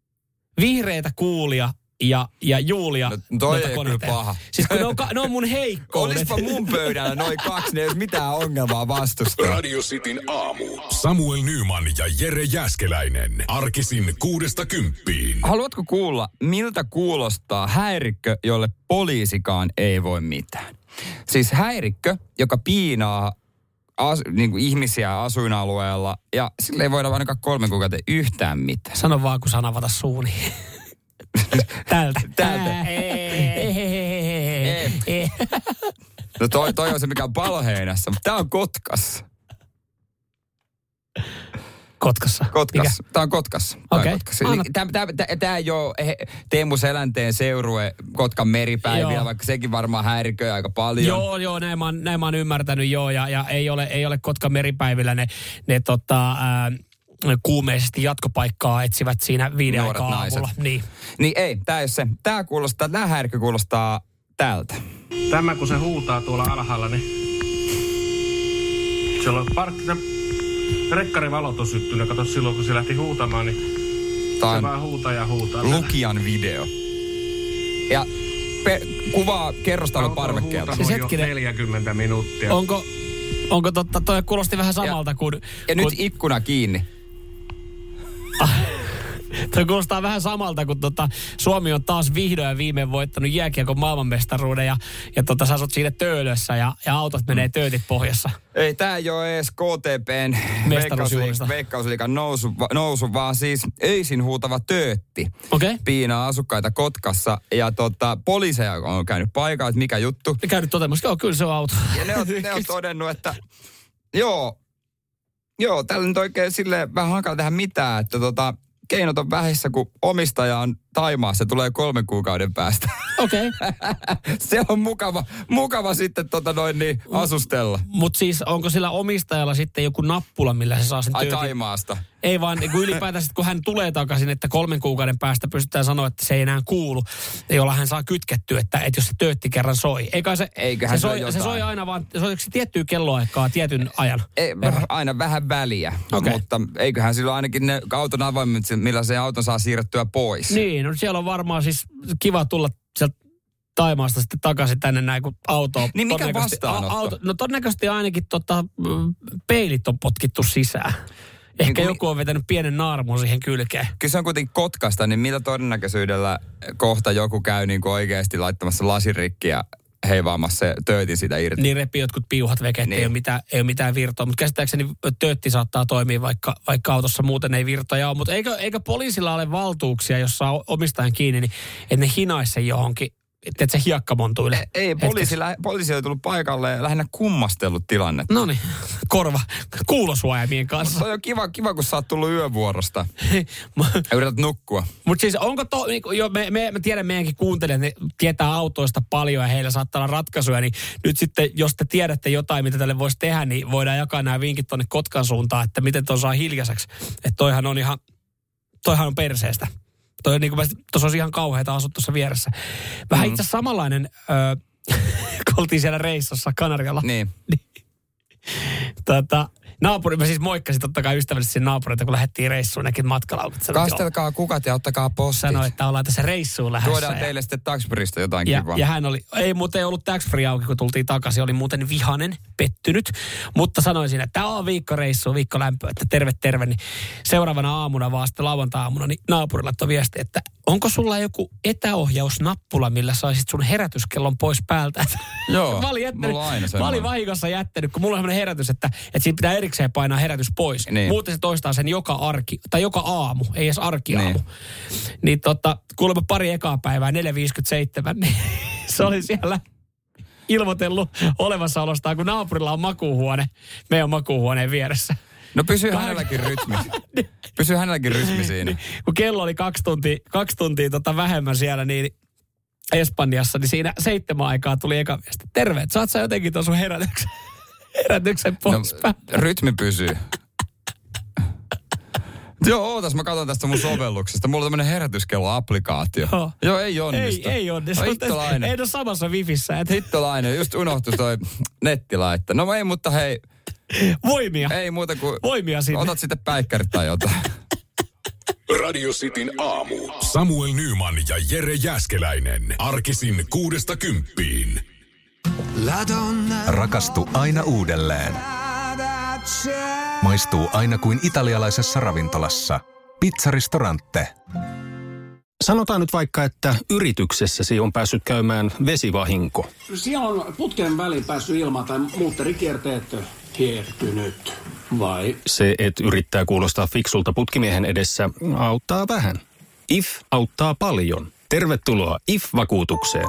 vihreitä kuulia ja, ja Julia. No toi ei kyllä paha. Siis kun ne on, ne on mun heikkoudet. Olispa mun pöydällä noin kaksi, ne ei olisi mitään ongelmaa vastustaa. Radio Cityn aamu. Samuel Nyman ja Jere Jääskeläinen. Arkisin kuudesta kymppiin. Haluatko kuulla, miltä kuulostaa häirikkö, jolle poliisikaan ei voi mitään? Siis häirikkö, joka piinaa As, niin kuin ihmisiä asuinalueella ja sille ei voida ainakaan kolmen kuukauden yhtään mitään. Sano vaan, kun sana avata suuni. Tältä. Tältä. No toi, toi on se, mikä on Paloheinässä, mutta tää on Kotkassa. Kotkassa? Kotkassa. Tää on Kotkassa. Okei. Okay. Tää, tää, tää, tää ei ole Teemu Selänteen seurue Kotkan meripäiviä, vaikka sekin varmaan häiriköi aika paljon. Joo, joo, näin mä oon, näin mä oon ymmärtänyt, joo, ja, ja ei, ole, ei ole Kotkan meripäivillä ne, ne tota, ää, kuumeisesti jatkopaikkaa etsivät siinä viiden aikaa aamulla. Niin. Niin ei, tää ei ole se. Tää kuulostaa, tää häirikkö kuulostaa tältä. Tämä kun se huutaa tuolla alhaalla, niin siellä on parkki, rekkarivalot on syttynyt. Kato silloin, kun se lähti huutamaan, niin se vaan huutaa ja huutaa. Lukijan video. Ja pe- kuvaa kerrostalon parvekkeelta. Siis hetkinen, neljäkymmentä minuuttia. Onko, onko totta, toi kuulosti vähän samalta ja, kuin... Ja kun... nyt ikkuna kiinni. Tuo kuulostaa vähän samalta, kun tota, Suomi on taas vihdoin ja viimein voittanut jääkiekon maailmanmestaruuden ja, ja tota, sä asut siinä töölössä ja, ja autot menee töötit pohjassa. Ei, tää ei ole edes K T P:n veikkausliigan, veikkausliigan nousu, nousu, vaan siis öisin huutava töötti. Okay. Piinaa asukkaita Kotkassa ja tota, poliiseja on käynyt paikalla, että mikä juttu. Ne käynyt toteamassa, joo, kyllä se on auto. Ja ne on, ne on todennut, että joo, joo, tällä nyt oikein silleen vähän hankala tehdä mitään, että tota, keinot on vähissä, kun omistaja on Taimaassa, se tulee kolmen kuukauden päästä. Okei. Okay. Se on mukava, mukava sitten tota noin niin asustella. Mutta siis onko sillä omistajalla sitten joku nappula, millä se saa sen Ai töötin? Taimaasta. Ei vaan niin ylipäätään kun hän tulee takaisin, että kolmen kuukauden päästä pystytään sanoa, että se ei enää kuulu, jolla hän saa kytkettyä, että, että jos se töötti kerran soi. Eikä se, Eiköhän se, soi, se soi aina vaan, soiko se tiettyä kelloaikaa tietyn ajan? Ei, aina vähän väliä, okay. Mutta eiköhän silloin ainakin ne auton avaimet, millä se auton saa siirrettyä pois. Niin, no siellä on varmaan siis kiva tulla sieltä Taimaasta sitten takaisin tänne näin, kun auto on... Niin mikä vastaanotto? Auto, no todennäköisesti ainakin tota, peilit on potkittu sisään. Ehkä niin, joku on vetänyt pienen naarmun siihen kylkeen. Kyllä se on kuitenkin Kotkasta, niin millä todennäköisyydellä kohta joku käy niin kuin oikeasti laittamassa lasirikki ja heivaamassa se töötin siitä irti? Niin repii jotkut piuhat veke, niin. ei, ole mitään, ei ole mitään virtoa. Mutta käsittääkseni töötti saattaa toimia, vaikka, vaikka autossa muuten ei virtoja ole. Mutta eikö, eikö poliisilla ole valtuuksia, jos saa omistajan kiinni, niin että ne hinaisi sen johonkin? Että se hiekkamontuille. Ei, poliisi, lä- poliisi on tullut paikalle ja lähinnä kummastellut tilannetta. No niin, korva, kuulosuojaimien kanssa. Se on kiva, kiva, kun sä oot tullut yövuorosta. Ja yrität nukkua. Mutta siis onko to, niin, jo, me, me, me tiedän meidänkin kuuntelijat, ne tietää autoista paljon ja heillä saattaa olla ratkaisuja, niin nyt sitten, jos te tiedätte jotain, mitä tälle voisi tehdä, niin voidaan jakaa nämä vinkit tuonne Kotkan suuntaan, että miten tuon saa hiljaiseksi. Että toihan on ihan, toihan on perseestä. Toi, niin kuin tuossa olisi ihan kauheata asua tuossa vieressä. Vähän mm. itse asiassa samanlainen, öö, kun oltiin siellä reissossa Kanarialla. Niin. Tota, naapuri, mä siis moikkasin totta kai ystävällisesti naapureita, kun lähdettiin reissuun, näkin matkalaukut. Kastelkaa kukat ja ottakaa postit. Sanoi, että ollaan tässä reissuun lähdössä. Tuodaan teille sitten taxfreeista jotain ja, kivaa. Ja hän oli, ei muuten ei ollut taxfree auki, kun tultiin takaisin. Oli muuten vihanen, pettynyt. Mutta sanoisin, että tämä on viikkoreissu, viikko lämpöä, että terve, terve. Niin seuraavana aamuna, vaan sitten lauantai-aamuna, niin naapurilla tuo viesti, että onko sulla joku etäohjausnappula, millä saisit sun herätyskellon pois päältä? Joo, mä olin jättänyt, mulla on aina mä olin vahingossa jättänyt, kun mulla on sellainen herätys, että, että siinä pitää erikseen painaa herätys pois. Niin. Muuten se toistaa sen joka arki, tai joka aamu, ei edes arkiaamu. Niin, niin tota, kuulemma pari ekaa päivää, neljä viisikymmentäseitsemän, niin se oli siellä ilmoitellut olemassaolostaan, kun naapurilla on makuuhuone, meidän makuuhuoneen vieressä. No pysyy hänelläkin rytmi. Pysyy hänelläkin rytmi siinä. Niin, kun kello oli kaksi tuntia, kaksi tuntia tota vähemmän siellä, niin Espanjassa, niin siinä seitsemän aikaa tuli eka viesti. Terve, että saat sä jotenkin tuon sun herätyksen, herätyksen pois no, päältä. Rytmi pysyy. Joo, ootas, mä katson tästä mun sovelluksesta. Mulla on tämmönen herätyskello-applikaatio. Oh. Joo, ei onnistu. Ei, ei onnistu. Hittolainen. Ei ole samassa wifissä. Et... Hittolainen, just unohtui toi nettilaitto. No ei, mutta hei. Voimia. Ei muuta kuin... Voimia sinne. Otat sitten päikkärit tai jotain. Radio Cityn aamu. Samuel Nyman ja Jere Jääskeläinen. Arkisin kuudesta kymppiin. Rakastu aina uudelleen. Maistuu aina kuin italialaisessa ravintolassa. Pizzaristorante. Sanotaan nyt vaikka, että yrityksessäsi on päässyt käymään vesivahinko. Siellä on putken väliin päässyt ilma tai muutterikierteet hiertynyt, vai? Se, että yrittää kuulostaa fiksulta putkimiehen edessä, auttaa vähän. I F auttaa paljon. Tervetuloa I F-vakuutukseen.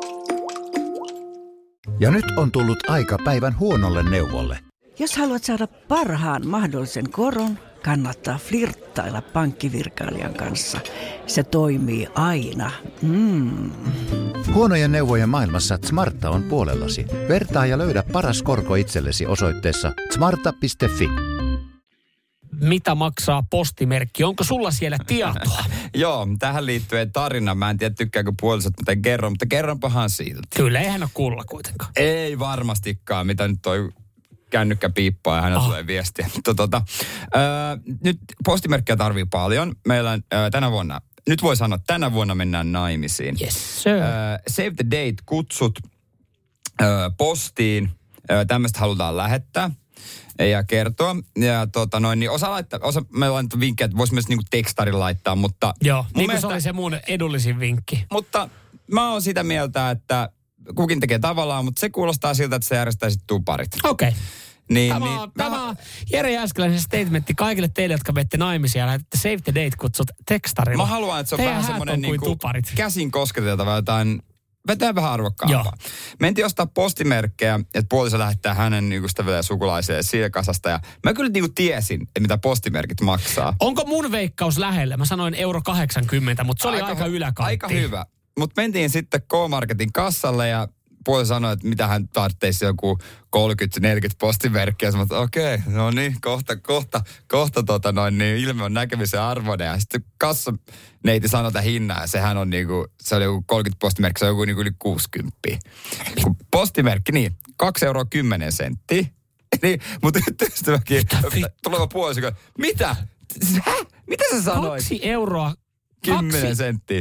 Ja nyt on tullut aika päivän huonolle neuvolle. Jos haluat saada parhaan mahdollisen koron, kannattaa flirttailla pankkivirkailijan kanssa. Se toimii aina. Mm. Huonojen neuvojen maailmassa Smarta on puolellasi. Vertaa ja löydä paras korko itsellesi osoitteessa smarta piste fi. Mitä maksaa postimerkki? Onko sulla siellä tietoa? Joo, tähän liittyen tarina. Mä en tiedä, tykkääkö puolisot, mitä kerron, mutta kerronpahan silti. Kyllä, eihän ole kuulla kuitenkaan. Ei varmastikaan, mitä nyt toi kännykkä piippaa ja hänellä oh. tulee viestiä. Mutta tota, öö, nyt postimerkkiä tarvii paljon. Meillä on öö, tänä vuonna, nyt voi sanoa, että tänä vuonna mennään naimisiin. Yes, sir. Öö, save the date kutsut öö, postiin. Öö, tämmöistä halutaan lähettää. ja kertoa. Ja tota noin, niin osa laittaa, osa me laittaa vinkkejä, että voisi myös niinku tekstarin laittaa, mutta... Joo, niin kuin se oli se mun edullisin vinkki. Mutta mä oon sitä mieltä, että kukin tekee tavallaan, mutta se kuulostaa siltä, että sä järjestäisit tuparit. Okei. Okay. Niin, tämä niin, on, tämä on Jere Jääskeläisen statementti kaikille teille, jotka menette naimisia ja lähetätte Save the Date-kutsut tekstarilla. Mä haluan, että se on Teidän vähän semmoinen niinku käsin kosketeltava jotain, vetää vähän arvokkaampaa. Mentiin ostaa postimerkkejä, että puoliso lähettää hänen niinku ystäville ja sukulaisille siitä kasasta. Ja mä kyllä niinku tiesin, että mitä postimerkit maksaa. Onko mun veikkaus lähellä? Mä sanoin euro kahdeksankymmentä, mutta se oli aika, aika yläkantti. Aika hyvä. Mutta mentiin sitten K-Marketin kassalle ja puoliso sanoi, että mitä hän tarvitsisi joku kolmekymmentä neljäkymmentä postimerkkiä. Mä sanoin, okei, okay, no niin, kohta, kohta, kohta tota noin, niin ilme on näkemisen arvoinen. Ja sitten kassaneiti sanoi tämän hinnan, ja sehän on niinku, se oli joku kolmekymmentä postimerkkiä, se on joku niinku yli kuusikymmentä. Kun postimerkki, niin, kaksi euroa kymmenen senttiä. Niin, mutta nyt ystäväkin, tuleva puoliso, mitä? Hä? Mitä sä sanoit? Kaksi euroa. Kymmenen senttiä.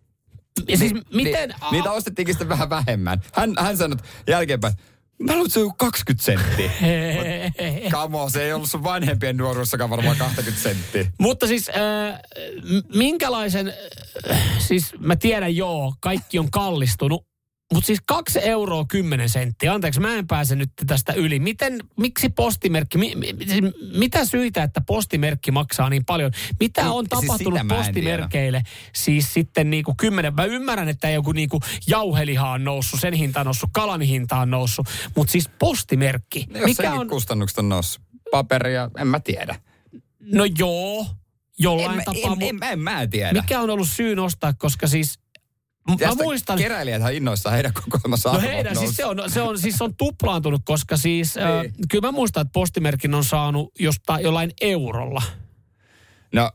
Ja siis miten... Ni, niitä ostettiinkin sitten vähän vähemmän. Hän, hän sanoi jälkeenpäin, mä luulen, että se on kaksikymmentä senttiä. Kamo, se ei ollut sun vanhempien nuoruussakaan varmaan kaksikymmentä senttiä. Mutta siis äh, minkälaisen... Äh, siis mä tiedän, joo, kaikki on kallistunut. Mutta siis kaksi euroa kymmenen senttiä. Anteeksi, mä en pääse nyt tästä yli. Miten, miksi postimerkki, mi, mi, mitä syitä, että postimerkki maksaa niin paljon? Mitä on siis tapahtunut postimerkeille? Siis sitten niinku kymmenen, mä ymmärrän, että joku niinku jauheliha on noussut, sen hinta on noussut, kalan hinta on noussut. Mutta siis postimerkki. No, mikä on... kustannukset on noussut. Paperia, en mä tiedä. No joo, jollain en, tapaa. En, en, en, en mä tiedä. Mikä on ollut syy nostaa, koska siis... Mä muistan... Keräilijäthän innoissaan heidän kokoelmassa No heidän, siis se, on, se, on, siis se on tuplaantunut, koska siis... Niin. Äh, kyllä mä muistan, että postimerkin on saanut jostain jollain eurolla. No,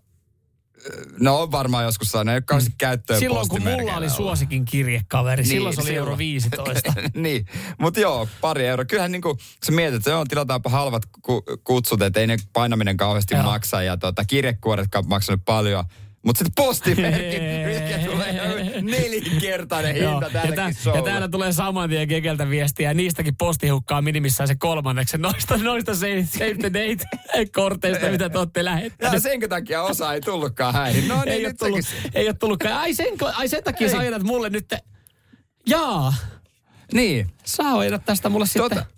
no on varmaan joskus saanut. Ei ole kauheasti mm. käyttöön silloin kun mulla oli suosikin kirjekaveri, niin, silloin se oli silloin. euro viisitoista. Niin, mutta joo, pari euroa. Kyllähän niin kuin sä mietit, että joo, tilataanpa halvat ku, kutsut, että ei ne painaminen kauheasti joo. maksa. Ja tota, kirjekuoretkaan maksanut paljon. Mutta sitten postimerkit, mitkä tulee nelinkertainen hinta tällekin showlle. Ja täällä tulee saman tien Kekeltä viestiä, ja niistäkin postihukkaa minimissään se kolmanneksen noista, noista Save, save the Date-korteista, mitä te olette lähettäneet. Ja senkö takia osa ei tullutkaan häihin. No niin, ei, ole tullut, ei ole tullutkaan. Ai sen, ai sen takia sä ajatat mulle nyt, te... Jaa. Niin. Sä ajatat tästä mulle tota... sitten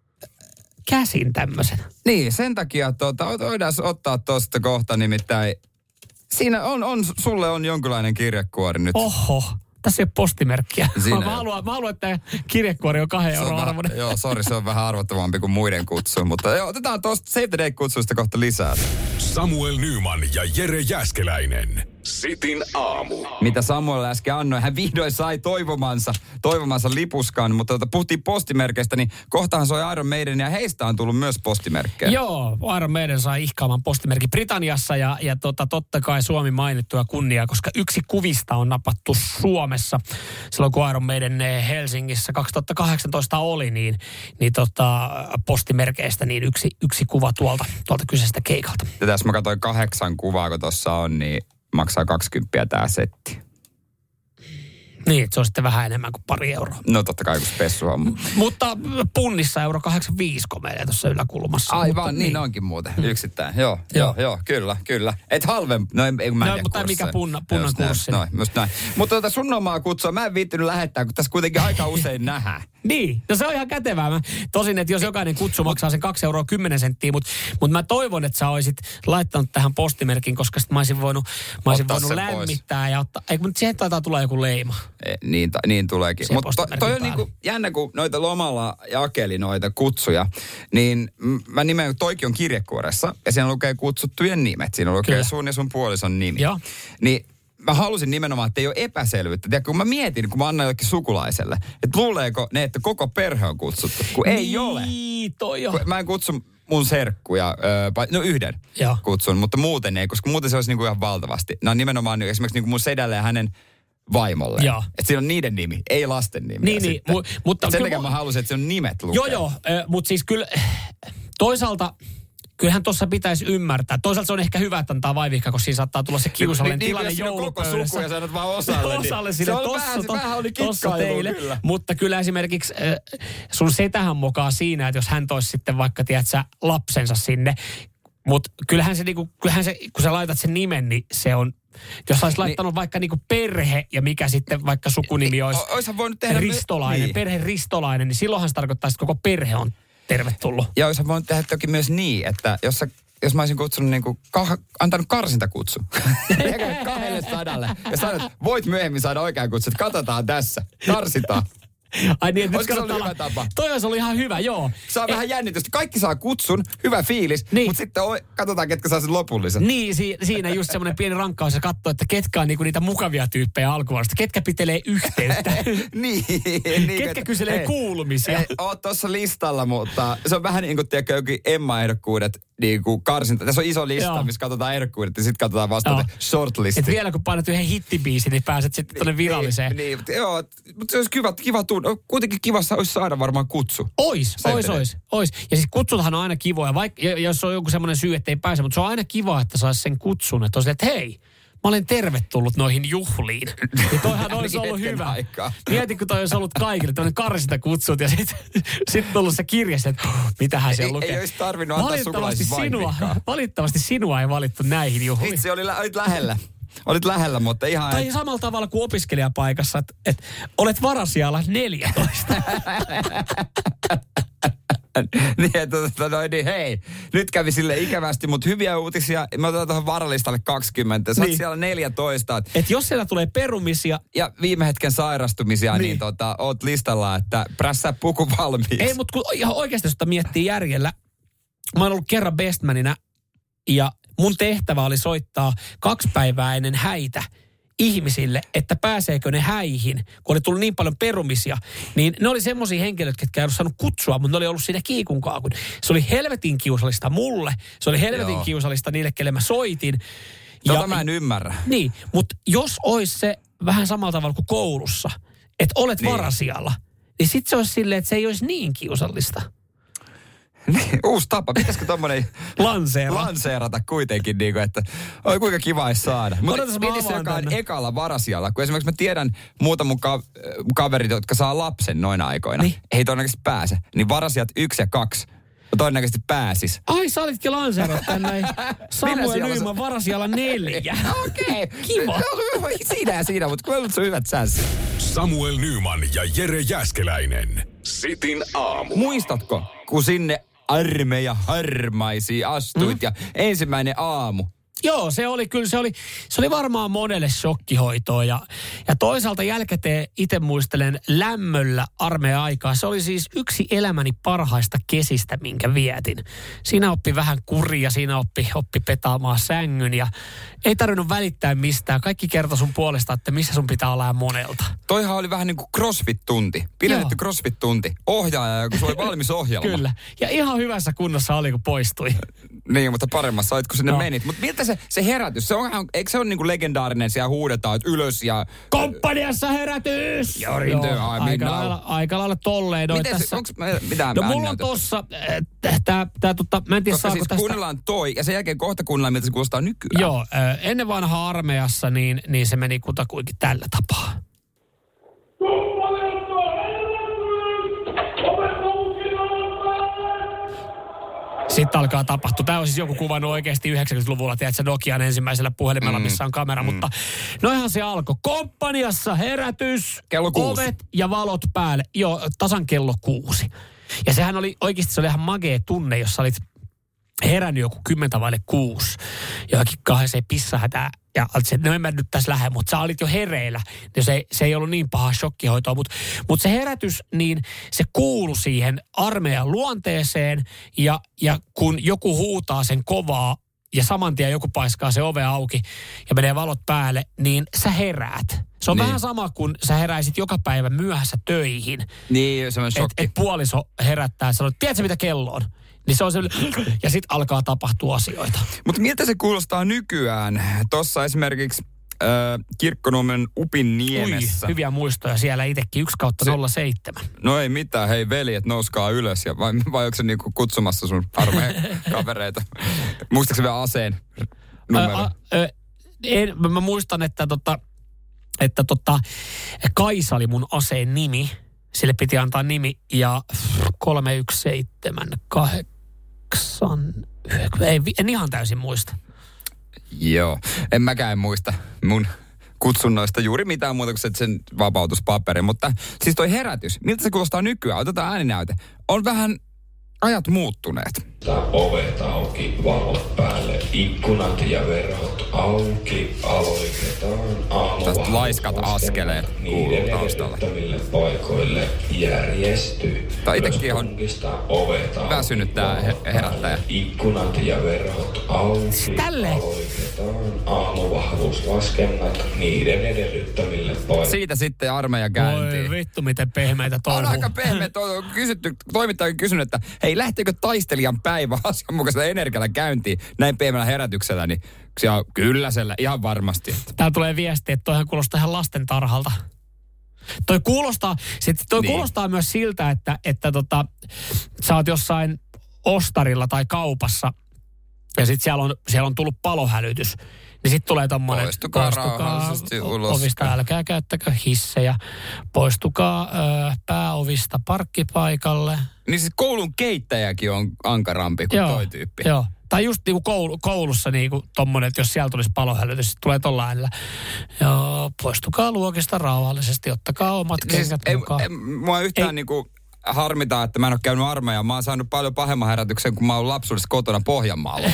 käsin tämmöisen. Niin, sen takia tuota, voidaan ottaa tuosta kohta nimittäin... Siinä on, on, sulle on jonkinlainen kirjekuori nyt. Oho, tässä ei ole postimerkkiä. Mä haluan, mä haluan, että kirjekuori on kahden euron arvoinen. Joo, sori, se on vähän arvottavampi kuin muiden kutsu. Mutta joo, otetaan tuosta Save the Date-kutsuista kohta lisää. Samuel Nyman ja Jere Jääskeläinen. Sitin aamu. Mitä Samuel äsken annoi, hän vihdoin sai toivomansa, toivomansa lipuskan, mutta tuota, puhuttiin postimerkeistä, niin kohtahan soi Iron Maiden ja heistä on tullut myös postimerkkejä. Joo, Iron Maiden sai ihkaaman postimerkki Britanniassa ja, ja tota, totta kai Suomi mainittua kunniaa, koska yksi kuvista on napattu Suomessa. Silloin kun Iron Maiden Helsingissä kaksituhattakahdeksantoista oli, niin, niin tota, postimerkeistä niin yksi, yksi kuva tuolta, tuolta kyseisestä keikalta. Ja tässä mä katsoin kahdeksan kuvaa, kun tuossa on, niin maksaa kaksikymmentä tää setti. Niin, se on sitten vähän enemmän kuin pari euroa. No totta kai, kun spessu on. M- mutta punnissa euro kahdeksankymmentäviisi komelee tuossa yläkulmassa. Aivan, mutta, niin, niin onkin muuten, mm. yksittäin. Joo, joo, joo, joo, kyllä, kyllä. Et halvempi, no ei, ei mä en no, mutta mikä punna, punnan kurssi. Noin, just näin. Mutta tuota sun omaa kutsua, mä en viittynyt lähettää, kun tässä kuitenkin aika usein nähdään. Niin, no se on ihan kätevää. Mä, tosin, että jos jokainen kutsu maksaa sen kaksi euroa kymmenen senttiä, mutta mut mä toivon, että sä olisit laittanut tähän postimerkin, koska sit mä olisin voinut, mä olisin voinut lämmittää pois. Ja ottaa, eikö, mutta siihen taitaa tulla joku leima. E, niin, ta, niin tuleekin. Mutta to, toi on niinku jännä, kun noita lomalla jakeli noita kutsuja, niin mä nimenomaan, toikin on kirjekuoressa ja siinä lukee kutsuttujen nimet. Siinä lukee Kyllä. sun ja sun puolison nimi. Joo. Niin mä halusin nimenomaan, että ei ole epäselvyyttä. Tiedätkö, kun mä mietin, kun mä annan jollekin sukulaiselle, että luuleeko ne, että koko perhe on kutsuttu, kun ei niin, ole. Toi on. Mä en kutsu mun serkkuja, öö, no yhden Joo. kutsun, mutta muuten ei, koska muuten se olisi niinku ihan valtavasti. Nämä on nimenomaan esimerkiksi niinku mun sedälle ja hänen vaimolle. Että siinä on niiden nimi, ei lasten nimi. Niin, niin. Mu, mutta sen takia mä halusin, että se on nimet lukee. Joo, joo, äh, mutta siis kyllä toisaalta kyllähän tuossa pitäisi ymmärtää. Toisaalta se on ehkä hyvä, että antaa vaivihkaa, koska siinä saattaa tulla se kiusallinen niin, tilanne niin, joulupöydässä. Koko suku ja sanot vaan osalle. osalle niin. sinne, Se on tossa, vähän, to, vähän oli tossa teille. Kyllä. Mutta kyllä esimerkiksi äh, sun setähän mukaan siinä, että jos hän toisi sitten vaikka, tiedät sä, lapsensa sinne. Mutta kyllähän se, niinku, kyllähän se, kun sä laitat sen nimen, niin se on... Jos olisi laittanut niin, vaikka niinku perhe ja mikä sitten vaikka sukunimi olisi o, voinut tehdä Ristolainen, niin. perhe Ristolainen, niin silloinhan se tarkoittaa, että koko perhe on tervetullut. Ja olisi voinut tehdä toki myös niin, että jos, sä, jos mä olisin kutsunut niinku, kah, antanut karsintakutsu kahdelle sadalle ja sanot, voit myöhemmin saada oikean kutsun, että katsotaan tässä, karsitaan. Ai niin, että olisiko se ollut hyvä tapa? Toi olisi ollut ihan hyvä, joo. Saa e- vähän jännitystä. Kaikki saa kutsun, hyvä fiilis, niin. Mutta sitten o- katsotaan, ketkä saa sen lopullisen. Niin, si- siinä just semmoinen pieni rankkaus ja katsoo, että ketkä on niinku niitä mukavia tyyppejä alkuvuodesta. Ketkä pitelee yhteyttä. niin, niin. Ketkä kyselee hei, kuulumisia. Hei, oot tuossa listalla, mutta se on vähän niin kuin, tiedätkö, jokin Emma-ehdokkuudet, niin kuin karsinta. Tässä on iso lista, joo, missä katsotaan ehdokkuudet ja sitten katsotaan vasta shortlisti. Et vielä kun painat yhden hittibiisin, niin pääset sitten tuonne viralliseen. Niin, niin, joo, mutta se olisi kiva, kiva tunne. Kuitenkin kivassa olisi saada varmaan kutsu. Ois, ois, ois, ois. Ja siis kutsuthan on aina kivoja, vaikka jos on joku semmoinen syy, että ei pääse, mutta se on aina kiva, että saisi sen kutsun. Että on silleen, että hei, mä olen tervetullut noihin juhliin. Ja toihan olisi ollut hyvä. Aikaa. Mieti, kun toi olisi ollut kaikille tämmöinen karsinta kutsut ja sitten sit tullut se kirja, että mitähän siellä lukee. Ei, ei olisi tarvinnut antaa sukulaisissa sinua, valitettavasti sinua ei valittu näihin juhliin. Itse oli, olit lähellä. Olit lähellä, mutta ihan... Tai et... samalla tavalla kuin opiskelijapaikassa, että et, olet varasijalla neljätoista. niin, että no, niin, hei, nyt kävi sille ikävästi, mutta hyviä uutisia. Mä otan tuohon varalistalle kaksikymmentä. Sä niin. oot siellä neljätoista. Että et jos siellä tulee perumisia... Ja viime hetken sairastumisia, niin, niin tota, oot listalla, että prässää puku valmiiksi. Ei, mutta kun ihan oikeasti, jos miettii järjellä. Mä oon ollut kerran bestmanina ja mun tehtävä oli soittaa kaksi päivää ennen häitä ihmisille, että pääseekö ne häihin, kun oli tullut niin paljon perumisia. Niin ne oli semmoisia henkilöitä, ketkä ei ollut saanut kutsua, mutta ne oli ollut siinä kiikunkaakun. Se oli helvetin kiusallista mulle. Se oli helvetin Joo. kiusallista niille, kelle mä soitin. Tota ja, mä en ymmärrä. Niin, mutta jos olisi se vähän samalla tavalla kuin koulussa, että olet niin. varasijalla, niin sit se olisi silleen, että se ei olisi niin kiusallista. Niin, uusi tapa. Pitäisikö tommonen Lanseera. lanseerata kuitenkin, niin kuin, että oi kuinka kiva olisi saada. Mutta mieti se, joka on ekalla varasijalla. Kun esimerkiksi mä tiedän muuta mun ka- kaverit, jotka saa lapsen noina aikoina. Niin. Ei todennäköisesti pääse. Niin varasijat yksi ja kaksi todennäköisesti pääsis. Ai, sä olitkin lanseerat tänne. Samuel Nyyman varasijalla neljä. Okei. Okay. Kiva. Siinä ja siinä, mutta kun se on hyvät sänssi. Samuel Nyyman ja Jere Jääskeläinen. Sitin aamu. Muistatko, kun sinne armeija harmaisiin astuit mm. ja ensimmäinen aamu? Joo, se oli kyllä, se oli, se oli varmaan monelle shokkihoitoa ja, ja toisaalta jälkikäteen itse muistelen lämmöllä armeijan aikaa. Se oli siis yksi elämäni parhaista kesistä, minkä vietin. Siinä oppi vähän kuria, siinä oppi, oppi petaamaan sängyn ja ei tarvinnut välittää mistään. Kaikki kertoi sun puolesta, että missä sun pitää olla monelta. Toihan oli vähän niin kuin crossfit-tunti. Pidetty crossfit-tunti. Ohjaaja, kun se oli valmis ohjelma. Kyllä. Ja ihan hyvässä kunnossa oli, kun poistui. Niin, mutta paremmassa olit, kun sinne no. menit. Mutta miltä se, se herätys, se on, eikö se ole niin kuin legendaarinen, siellä huudetaan, että ylös ja... Komppaniassa herätys! Joo, aika lailla, aika lailla tolleen. Miten tässä... se, onko mitään no mulla on tossa, tää, tää tota, mä en tiedä Koska saako siis tästä... kuunnellaan toi, ja sen jälkeen kohta kuunnellaan, miltä se kuulostaa nykyään. Joo, ennen vanhaa armeijassa, niin, niin se meni kutakuinkin tällä tapaa. Sitten alkaa tapahtua. Tämä on siis joku kuvannut oikeasti yhdeksänkymmentäluvulla, tiedätkö, Nokian ensimmäisellä puhelimella, missä on kamera, mm. mutta noihan se alkoi. Komppaniassa herätys, kello kuusi. Ovet ja valot päälle. Joo, tasan kello kuusi. Ja sehän oli oikeasti, se oli ihan magea tunne, jos sä olit herännyt joku kymmentä vaille kuusi. Johonkin kahdeseen pissahätää. Ja se, no en mä nyt tässä lähde, mutta sä olit jo hereillä. Ja se, se ei ollut niin paha shokkihoitoa, mutta, mutta se herätys, niin se kuului siihen armeijan luonteeseen. Ja, ja kun joku huutaa sen kovaa ja saman tien joku paiskaa se ove auki ja menee valot päälle, niin sä heräät. Se on niin. Vähän sama kuin sä heräisit joka päivä myöhässä töihin. Niin, se on shokki. Et, et puoliso herättää ja sanoo, tiedätkö mitä kello on? Niin se on se, ja sitten alkaa tapahtua asioita. Mutta miltä se kuulostaa nykyään? Tuossa esimerkiksi Kirkkonummen Upinniemessä. Ui, hyviä muistoja siellä itsekin, yksi kautta nolla seitsemän. No ei mitään, hei veljet, nouskaa ylös. Ja vai, vai onko se niinku kutsumassa sun armeijan kavereita? Muistatko vielä aseen numero? Ä, ä, en, mä muistan, että, tota, että tota, Kaisa oli mun aseen nimi. Sille piti antaa nimi ja kolme yksi seitsemän kahdeksan Ei, en ihan täysin muista. Joo, en mäkään en muista mun kutsunnoista juuri mitään muuta kuin sen vapautuspaperi. Mutta siis toi herätys, miltä se kuulostaa nykyään? Otetaan ääninäyte. On vähän ajat muuttuneet. Ovet auki, valot päälle, ikkunat ja verhot auki, aloitetaan aamu. Tästä laiskat askeleet kuuluu taustalla. Paikoille järjestyy. Tai itekin on väsynyt tää herättäjä. Ikkunat ja verhot auki, Tälle. aloitetaan aamuvahvuuslaskennat niiden edellyttämille paikoille. Siitä sitten armeija käyntiin. Voi vittu, miten pehmeitä touhuu. On aika pehmeä touhuu. Kysytty, toimittaja on kysynyt, että hei, lähteekö taistelijan päivä asianmukaisella energialla käyntiin näin pehmeällä herätyksellä, niin kyllä siellä ihan varmasti. Täällä tulee viesti, että toihan kuulostaa ihan lasten tarhalta. Toi kuulostaa, toi niin. kuulostaa myös siltä, että, että tota, sä oot jossain ostarilla tai kaupassa ja sit siellä on, siellä on tullut palohälytys. Niin sit tulee tommonen, poistukaa, poistukaa ulos. Ovista, älkää käyttäkö hissejä. Poistukaa ö, pääovista parkkipaikalle. Niin siis koulun keittäjäkin on ankarampi kuin joo, toi tyyppi. Joo, tai just niinku koulu, koulussa niinku tommonen, että jos siellä tulisi palohälytys, sit tulee tolla äänellä. Joo, poistukaa luokista rauhallisesti, ottakaa omat siis kengät ei, mukaan. Ei, mua yhtään ei. niinku harmitaan, että mä en ole käynyt armeijaa. Mä oon saanut paljon pahemman herätyksen, kun mä oon lapsuudessa kotona Pohjanmaalla.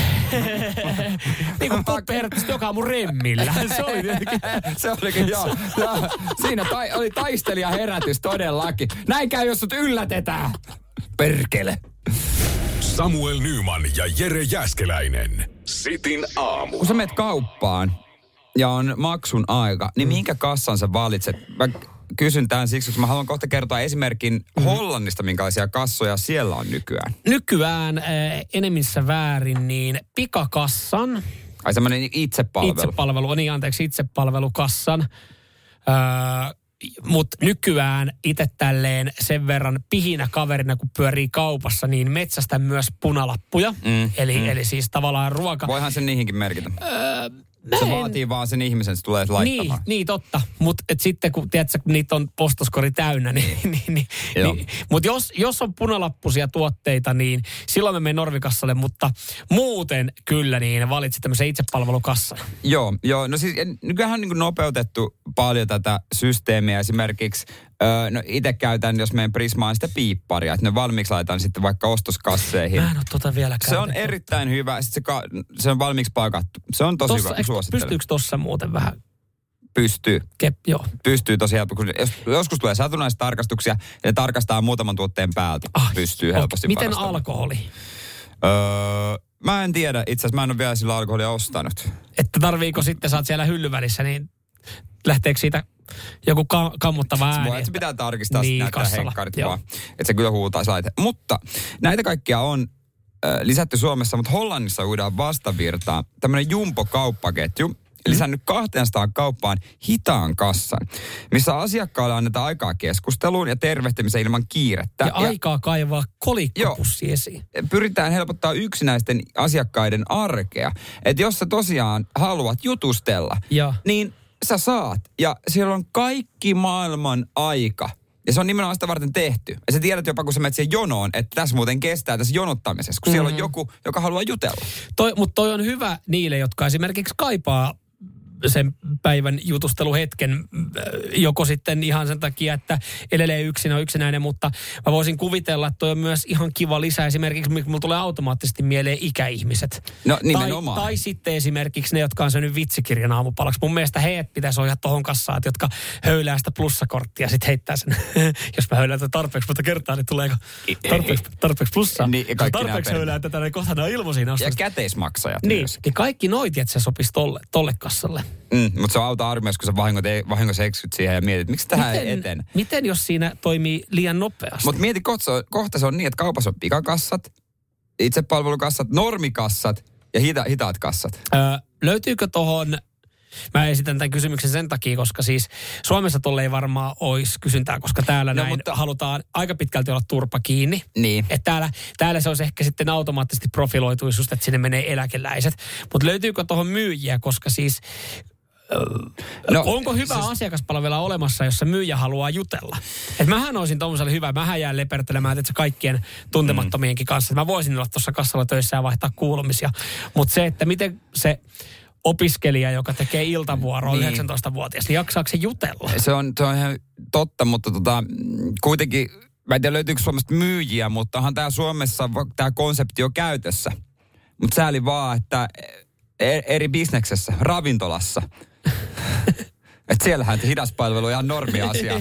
Niin kuin Poppe herätys joka mun remmillä. Se oli tietenkin. Se olikin, joo. joo. Siinä tai, oli taistelija herätys todellakin. Näin käy, jos sut yllätetään. Perkele. Samuel Nyman ja Jere Jääskeläinen. Sitin aamu. Kun sä menet kauppaan ja on maksun aika, niin minkä kassan sä valitset? Mä kysyn tämän siksi, koska mä haluan kohta kertoa esimerkin mm. Hollannista, minkälaisia kassoja siellä on nykyään. Nykyään äh, enemmissä väärin niin pikakassan. Ai semmoinen itsepalvelu. Itsepalvelu, niin anteeksi, itsepalvelukassan. Öö, Mutta nykyään itse tälleen sen verran pihinä kaverina, kun pyörii kaupassa, niin metsästän myös punalappuja. Mm, eli, mm. eli siis tavallaan ruoka... Voihan sen niihinkin merkitä. Öö, se en... vaatii vaan sen ihmisen, se tulee laittamaan. Niin, niin totta. Mutta sitten kun, tiedätkö, kun niitä on postoskori täynnä, niin... niin, niin, niin mutta jos, jos on punalappuisia tuotteita, niin silloin me menen Norvikassalle, mutta muuten kyllä niin valitsit tämmöisen itsepalvelukassan. Joo, joo. No siis nykyään on niin kuin nopeutettu paljon tätä systeemiä. Esimerkiksi öö, no itse käytän, jos meidän Prismaan sitä piipparia, että ne valmiiksi laitan sitten vaikka ostoskasseihin. Mä en ole tota vielä käytetty. Se on erittäin hyvä. Sitten se, ka- se on valmiiksi paikattu. Se on tosi tossa, hyvä. Suosittelen. Pystyykö tossa muuten vähän? Pystyy. Kep, joo. Pystyy tosi helposti. Jos, joskus tulee satunnaistarkastuksia ja ne tarkastaa muutaman tuotteen päältä. Ah, Pystyy helposti miten parastamaan. Alkoholi? Öö, mä en tiedä. Itse asiassa mä en ole vielä sillä alkoholia ostanut. Että tarviiko sitten, sä oot siellä hyllyvälissä, niin lähteekö siitä joku ka- kammuttava ääni? Voi, että se pitää tarkistaa, niin, näyttää henkkarit vaan. Että se kyllä huutaisi laite. Mutta näitä kaikkia on äh, lisätty Suomessa, mutta Hollannissa uidaan vastavirtaan. Tämmöinen Jumbo-kauppaketju lisännyt kaksisataa kauppaan hitaan kassan, missä asiakkaalle annetaan aikaa keskusteluun ja tervehtimiseen ilman kiirettä. Ja, ja aikaa kaivaa kolikkopussi esiin. Pyritään helpottaa yksinäisten asiakkaiden arkea. Että jos sä tosiaan haluat jutustella, ja. niin sä saat. Ja siellä on kaikki maailman aika. Ja se on nimenomaan sitä varten tehty. Ja sä tiedät jopa, kun sä menet siihen jonoon, että tässä muuten kestää tässä jonottamisessa, kun mm-hmm. siellä on joku, joka haluaa jutella. Toi, mutta toi on hyvä niille, jotka esimerkiksi kaipaa sen päivän jutusteluhetken, joko sitten ihan sen takia, että edelleen yksin on yksinäinen, mutta mä voisin kuvitella, että toi on myös ihan kiva lisä. Esimerkiksi mulla tulee automaattisesti mieleen ikäihmiset. No nimenomaan. Tai, tai sitten esimerkiksi ne, jotka on syönyt vitsikirjan aamupalaksi. Mun mielestä heidät pitäisi ohjaa tohon kassaan, jotka höylää sitä plussakorttia ja sitten heittää sen. Jos mä höylään tätä tarpeeksi monta kertaa, niin tuleeko tarpeeksi, tarpeeksi plussaa? Niin, tarpeeksi höylää tätä, niin kohta ne on ilmoisia. Ja käteismaksajat niin, myös. Niin kaikki noit, että se sopisi tolle, tolle kassalle. Mm, mutta se on auta armeijassa, kun sä vahingot, vahingossa eksyt siihen ja mietit, miksi tähän ei etene. Miten, jos siinä toimii liian nopeasti? Mutta mieti, kohta, kohta se on niin, että kaupassa on pikakassat, itsepalvelukassat, normikassat ja hita, hitaat kassat. Öö, löytyykö tohon Mä esitän tämän kysymyksen sen takia, koska siis Suomessa tolle ei varmaan olisi kysyntää, koska täällä no, näin mutta... halutaan aika pitkälti olla turpa kiinni. Niin. Että täällä, täällä se olisi ehkä sitten automaattisesti profiloituisuus, että sinne menee eläkeläiset. Mutta löytyykö tuohon myyjiä, koska siis... No, onko hyvä siis... asiakaspalvella olemassa, jossa myyjä haluaa jutella? Et mähän olisin tommoselle hyvä. Mähän jään lepertelemään että se kaikkien tuntemattomienkin kanssa. Mä voisin olla tuossa kassalla töissä ja vaihtaa kuulumisia. Mutta se, että miten se opiskelija, joka tekee iltavuoroa niin. yhdeksäntoistavuotias, niin jaksaako se jutella? Se on, se on ihan totta, mutta tota, kuitenkin, mä en tiedä löytyykö Suomesta myyjiä, mutta onhan tää Suomessa tämä konsepti on käytössä. Mutta sääli vaan, että eri bisneksessä, ravintolassa, että siellähän hidaspalvelu on ihan normi-asia.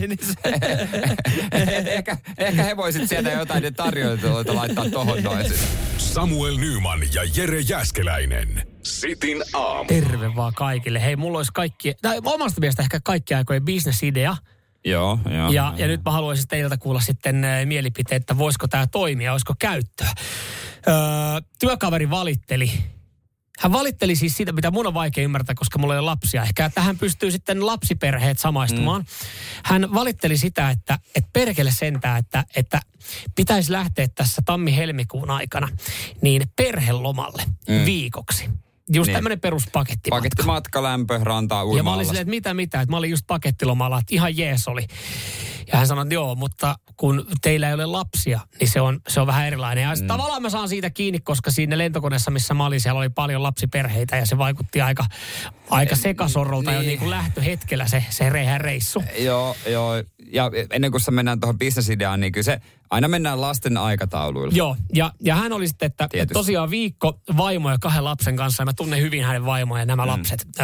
ehkä, ehkä he voisit sieltä jotain tarjoilijoita laittaa tohon noin. Samuel Nyman ja Jere Jääskeläinen. Sitin aamu. Terve vaan kaikille. Hei, mulla olisi kaikki, tai omasta mielestä ehkä kaikki aikojen bisnesidea. Joo, joo. Ja, ja nyt mä haluaisin teiltä kuulla sitten äh, mielipiteet, että voisiko tämä toimia, olisiko käyttöä. Öö, työkaveri valitteli. Hän valitteli siis siitä, mitä mun on vaikea ymmärtää, koska mulla ei ole lapsia. Ehkä tähän pystyy sitten lapsiperheet samaistumaan. Mm. Hän valitteli sitä, että, että perkele sentään, että, että pitäisi lähteä tässä tammi-helmikuun aikana niin perhelomalle mm. viikoksi. Just niin. Tämmöinen peruspakettimatka. Pakettimatka, lämpö, rantaa, uima. Ja mä olin silleen, että mitä, mitä. Että mä olin just pakettilomalla, että ihan jees oli. Ja hän sanoi, että joo, mutta kun teillä ei ole lapsia, niin se on, se on vähän erilainen. Ja mm. tavallaan mä saan siitä kiinni, koska siinä lentokoneessa, missä mä olin, siellä oli paljon lapsiperheitä ja se vaikutti aika, aika sekasorrolta niin. jo niin kuin lähtöhetkellä se, se reissu. Joo, joo. Ja ennen kuin mennään tuohon bisnesideaan, niin kyllä se aina mennään lasten aikatauluilla. Joo, ja, ja hän oli sitten, että, että tosiaan viikko vaimo ja kahden lapsen kanssa, ja mä tunnen hyvin hänen vaimoja ja nämä mm. lapset, ö,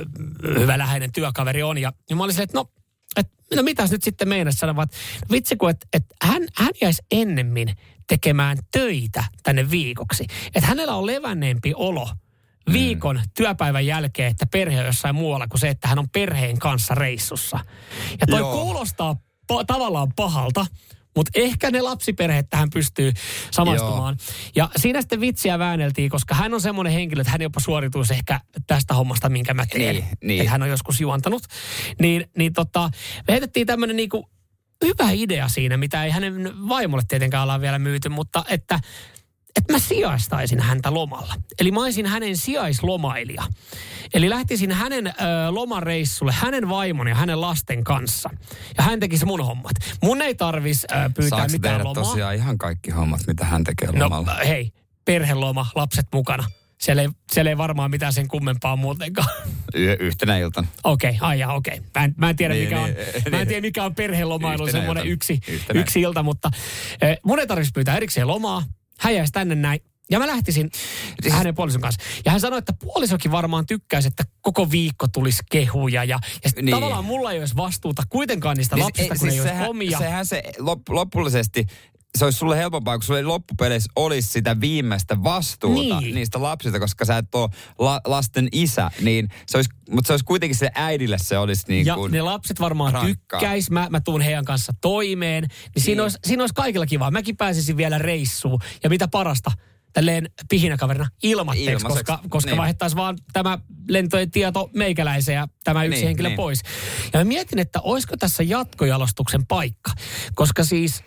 hyvä läheinen työkaveri on. Ja, ja mä olin silleen, että no, et, no mitäs nyt sitten meinaisi sanoa, että no vitsi kun, että et hän, hän jäisi ennemmin tekemään töitä tänne viikoksi. Että hänellä on levänneempi olo viikon mm. työpäivän jälkeen, että perhe on jossain muualla kuin se, että hän on perheen kanssa reissussa. Ja toi Joo. kuulostaa pa- tavallaan pahalta, mutta ehkä ne lapsiperheet tähän pystyy samastumaan. Joo. Ja siinä sitten vitsiä väänneltiin, koska hän on semmoinen henkilö, että hän jopa suorituisi ehkä tästä hommasta, minkä mä teen. Niin, niin. Että hän on joskus juontanut. Niin, niin tota, me heitettiin tämmöinen niinku hyvä idea siinä, mitä ei hänen vaimolle tietenkään olla vielä myyty, mutta että että mä sijaistaisin häntä lomalla. Eli mä olisin hänen sijaislomailija. Eli lähtisin hänen ö, lomareissulle, hänen vaimon ja hänen lasten kanssa. Ja hän tekisi mun hommat. Mun ei tarvis ö, pyytää Saanko mitään tehdä lomaa. tosiaan ihan kaikki hommat, mitä hän tekee lomalla? No hei, perheloma, lapset mukana. Siellä ei, siellä ei varmaan mitään sen kummempaa muutenkaan. Y- yhtenä iltana. Okei, okay, ai okei. Okay. Mä, mä en tiedä, niin, mikä, niin, on, niin, mä en tiedä mikä on perhelomailu, semmoinen yksi, yksi ilta, mutta eh, mun ei tarvitsisi pyytää erikseen lomaa. Hän jäisi tänne näin. Ja mä lähtisin siis hänen puolison kanssa. Ja hän sanoi, että puolisokin varmaan tykkäisi, että koko viikko tulisi kehuja. Ja, ja niin. tavallaan mulla ei olisi vastuuta kuitenkaan niistä niin, lapsista, kun siis ei sehän, olisi omia. Sehän se lop, lopullisesti, se olisi sulle helpompaa, kun sulle loppupeleissä olisi sitä viimeistä vastuuta niin. niistä lapsista, koska sä et ole la, lasten isä. Niin se olisi, mutta se olisi kuitenkin se äidille se olisi niin ja kuin ne lapset varmaan rankkaa. Tykkäis. Mä, mä tuun heidän kanssa toimeen. Niin, niin. Siinä, olisi, siinä olisi kaikilla kivaa. Mäkin pääsisin vielä reissuun. Ja mitä parasta, tälleen pihinäkaverina ilmatteeksi, Ilmaiseksi. koska, koska niin. vaihdettaisiin vaan tämä lentojen tieto meikäläisen ja tämä yksi niin, henkilö niin. pois. Ja mä mietin, että olisiko tässä jatkojalostuksen paikka. Koska siis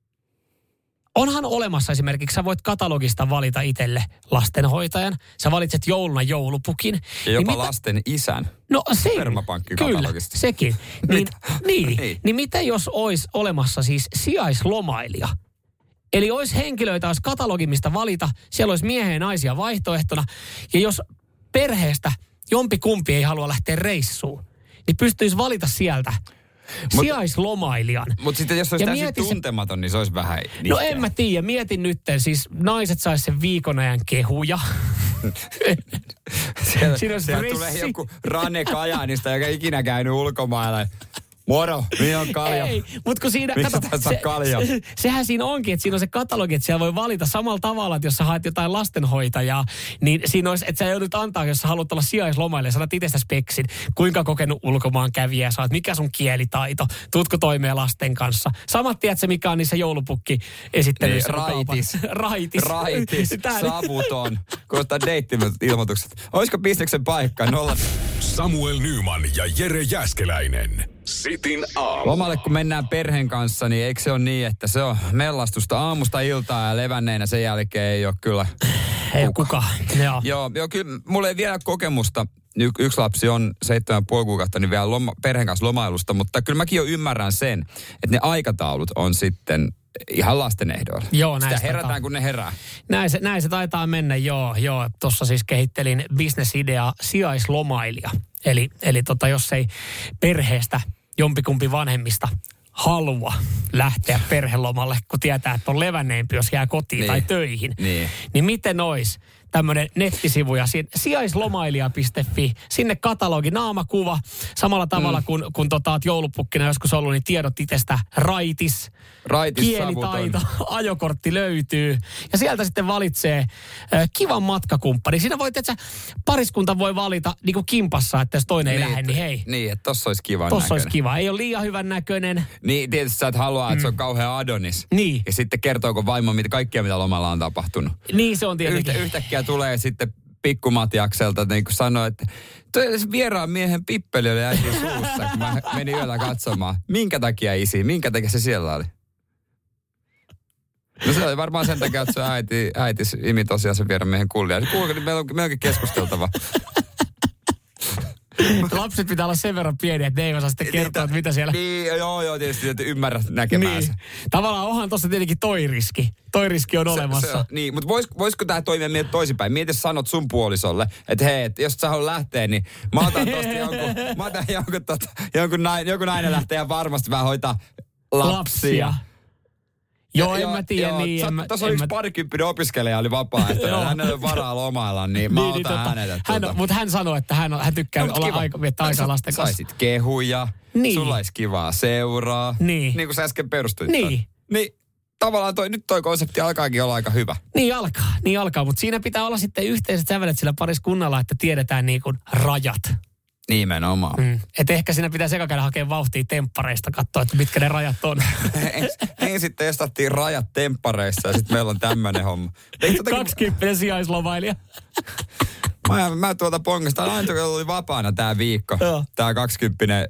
onhan olemassa esimerkiksi, sä voit katalogista valita itselle lastenhoitajan. Sä valitset jouluna joulupukin. Ja jopa niin lasten mitä, isän. No se, kyllä, sekin. Niin, niin, niin. niin mitä jos olisi olemassa siis sijaislomailija? Eli olisi henkilöitä, olisi katalogi, mistä valita. Siellä olisi miehen ja naisia vaihtoehtona. Ja jos perheestä jompikumpi ei halua lähteä reissuun, niin pystyisi valita sieltä Mut, sijaislomailijan. Mutta sitten jos olisi täysin mieti, tuntematon, niin se olisi vähän nihkeä. No en mä tiedä. Mietin nyt, siis naiset sais sen viikon ajan kehuja. siellä siellä tulee joku Rane Kajaanista, joka ikinä käynyt ulkomailla. Moro, mihin on kalja? Ei, mutta kun siinä, kato, se, se, sehän siinä onkin, että siinä on se katalogi, että siellä voi valita samalla tavalla, että jos sä haet jotain lastenhoitajaa, niin siinä olisi, että sä joudut antaa, jos sä haluat olla sijaislomaille, sanat itsestä speksin, kuinka kokenut ulkomaan kävijä sä oot, mikä sun kielitaito, tuutko toimeen lasten kanssa. Samat tiedät se, mikä on niissä joulupukki esittelyissä. Niin, raitis. raitis. Raitis, savuton. Kuulostaa deittimät ilmoitukset. Olisiko bisneksen paikka? Nolla. Samuel Nyman ja Jere Jääskeläinen. Sitin aamu. Lomalle kun mennään perheen kanssa, niin eikö se ole niin, että se on mellastusta aamusta iltaa ja levänneinä sen jälkeen ei ole kyllä ei ole kuka. Joo. Joo, joo, kyllä mulla ei vielä kokemusta. Y- yksi lapsi on seitsemän puoli kuukautta, niin vielä loma, perheen kanssa lomailusta, mutta kyllä mäkin jo ymmärrän sen, että ne aikataulut on sitten ihan lasten ehdoilla. Joo, sitä herätään, taitaa. kun ne herää. Näin se, näin se taitaa mennä, joo. joo. Tuossa siis kehittelin bisnesidea sijaislomailija. Eli, eli tota, jos ei perheestä jompikumpi vanhemmista halua lähteä perhelomalle, kun tietää, että on levänneempi, jos jää kotiin niin. tai töihin. Niin, niin miten ois tämmöinen nettisivu ja sijaislomailija piste fi, sinne katalogi, naamakuva, samalla tavalla mm. kuin kun tota, oot joulupukkina joskus ollut, niin tiedot itsestä raitis, raitis kielitaito, ajokortti löytyy. Ja sieltä sitten valitsee äh, kivan matkakumppani. Siinä voi, että pariskunta voi valita niin kuin kimpassa, että jos toinen niin, ei lähde, niin hei. Niin, että tossa olisi kivan tossa näköinen. olisi kiva. Ei ole liian hyvän näköinen. Niin, tietysti sä et halua, että mm. se on kauhea Adonis. Niin. Ja sitten kertooko vaimo mitä kaikkia, mitä lomalla on tapahtunut. Niin, se on tietenkin. Yhtä, yhtäkkiä tulee sitten pikkumatiakselta, niin kuin sanoi, että toi vieraan miehen pippeli oli äitin suussa, kun mä menin yöllä katsomaan. Minkä takia isi? Minkä takia se siellä oli? No se oli varmaan sen takia, että se äiti, äiti imi tosiaan sen vieraan miehen kullia. Kuulkaa, meillä on, meillä onkin keskusteltava. Lapset pitää olla sen verran pieniä, että ne ei osaa sitten kertoa, että mitä siellä... Niin, joo, joo, tietysti, että ymmärrät näkemäänsä. Niin. Tavallaan onhan tuossa tietenkin toi riski. Toi riski on se, olemassa. Se, niin, mutta vois, voisiko tämä toimia meitä toisinpäin? Mieti, sanot sun puolisolle, että hei, että jos sä haluat lähteä, niin mä otan tosta jonkun, mä otan jonkun, tota, jonkun, nainen, jonkun nainen lähtee ja varmasti vähän hoitaa lapsia. lapsia. Joo, en mä tiedä niin. Tuossa on yksi mä... parikymppinen opiskelija, oli vapaa-ehtoinen. Hänellä ei varaa lomailla, niin mä niin, otan niin, hänet. Hän, tuota. Mutta hän sanoi, että hän, hän tykkää no, olla aika, viettää aikaa lasten kanssa. Saisit kehuja, niin. Sulla olisi kivaa seuraa. Niin. Niin kuin sä äsken perustuit. Niin. Niin tavallaan toi, nyt toi konsepti alkaakin olla aika hyvä. Niin alkaa, niin alkaa. Mutta siinä pitää olla sitten yhteiset sävelet sillä pariskunnalla, että tiedetään niin kuin rajat. Nimenomaan. Mm. Että ehkä siinä pitäisi eka käydä hakea vauhtia temppareista, katsoa, että mitkä ne rajat on. Ensin testattiin rajat temppareissa ja sitten meillä on tämmöinen homma. Kaksikymppinen sijaislomailija. Mä, mä tuolta pongasta, aina kun oli vapaana tää viikko. Joo. Tää kaksikymppinen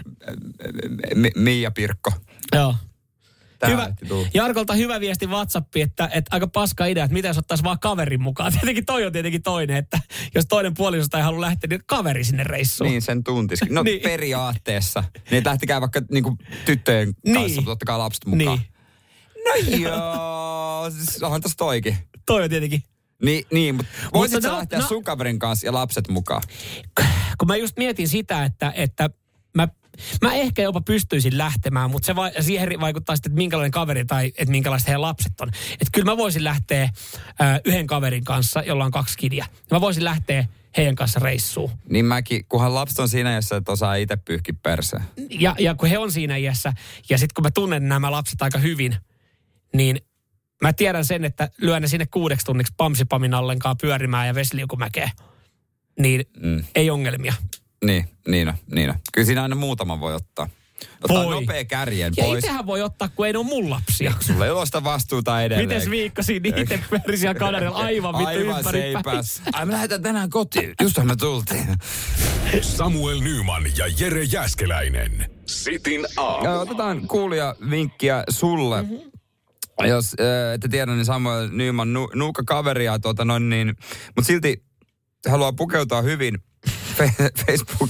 Miia Pirkko. Joo. Hyvä. Jarkolta hyvä viesti WhatsAppiin, että, että aika paska idea, että mitä jos ottaisi vaan kaverin mukaan. Tietenkin toi on tietenkin toinen, että jos toinen puolisosta ei halua lähteä, niin kaveri sinne reissuun. Niin, sen tuntisikin. No niin. Periaatteessa. Niin lähtikää vaikka niinku tyttöjen kanssa, niin. Mutta ottakaa lapset mukaan. Niin. No joo, siis onhan tossa toikin. Toi on tietenkin. Niin, niin mutta voisit sä no, lähteä no, sun kaverin kanssa ja lapset mukaan? Kun mä just mietin sitä, että, että mä Mä ehkä jopa pystyisin lähtemään, mutta se va- siihen vaikuttaa sitten, että minkälainen kaveri tai että minkälaiset heidän lapset on. Että kyllä mä voisin lähteä äh, yhden kaverin kanssa, jolla on kaksi kidiä. Mä voisin lähteä heidän kanssa reissuun. Niin mäkin, kunhan lapset on siinä iässä, että osaa itse pyyhkiä perseen. Ja, ja kun he on siinä iässä, ja sitten kun mä tunnen nämä lapset aika hyvin, niin mä tiedän sen, että lyön ne sinne kuudeksi tunniksi pamsipamin allenkaan pyörimään ja vesiliukumäkeen. Niin mm. ei ongelmia. Niin, niin on, niin on. Kyllä siinä aina muutama voi ottaa. Ottaa voi. Nopea kärjen ja pois. Ja itsehän voi ottaa, kun ei ole mun lapsia. Sulla ei ole sitä vastuuta edelleen. Mites viikko siinä itse pyöri siellä Kanarilla aivan vittu ympäri päin. Ai me lähdetään tänään kotiin. Justhan me tultiin. Samuel Nyman ja Jere Jääskeläinen. Sitin aamu. Otetaan kuulija vinkkiä sulle. Mm-hmm. Jos äh, ette tiedä, niin Samuel Nyman nu, nuukka kaveria, tuota noin niin, mutta silti haluaa pukeutua hyvin. Facebook.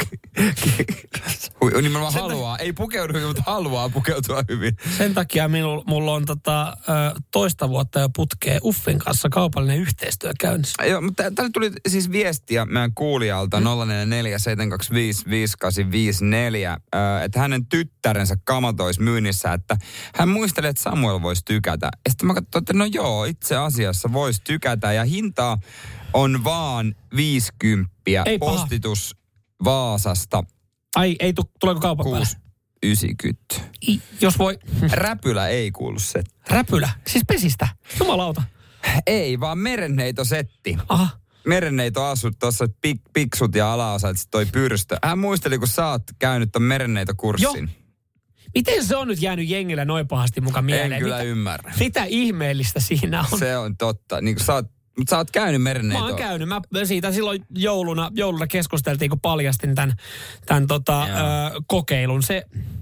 Nimenomaan haluaa. Ei pukeudu hyvin, mutta haluaa pukeutua hyvin. Sen takia minulla, mulla on tota, toista vuotta jo putkee Uffin kanssa kaupallinen yhteistyö käynnissä. Joo, mutta täällä tuli siis viestiä meidän kuulijalta mm. nolla neljä neljä seitsemän kaksi viisi viisi kahdeksan viisi neljä, että hänen tyttärensä kamat olisi myynnissä, että hän muistelee, että Samuel voisi tykätä. Ja sitten mä katsoin, että no joo, itse asiassa voisi tykätä ja hintaa on vaan viisikymppiä. Ei postitus paha. Vaasasta. Ai, ei tu, tuleeko kaupan päälle? kuusi yhdeksänkymmentä. I, jos voi. Räpylä ei kuulu se. Räpylä? Siis pesistä? Jumalauta. Ei, vaan merenneitosetti. Aha. Merenneito asut tuossa pik, piksut ja alaosa, että toi pyrstö. Hän muisteli, kun sä oot käynyt ton merenneitokurssin. Joo. Miten se on nyt jäänyt jengillä noin pahasti mukaan mieleen? En kyllä mitä, ymmärrä. Mitä ihmeellistä siinä on? Se on totta. Niin kuin sä oot Mutta sä oot käynyt merenneitolla. Mä oon käynyt. Mä siitä silloin jouluna, jouluna keskusteltiin, kun paljastin tämän, tämän tota, ö, kokeilun. Se,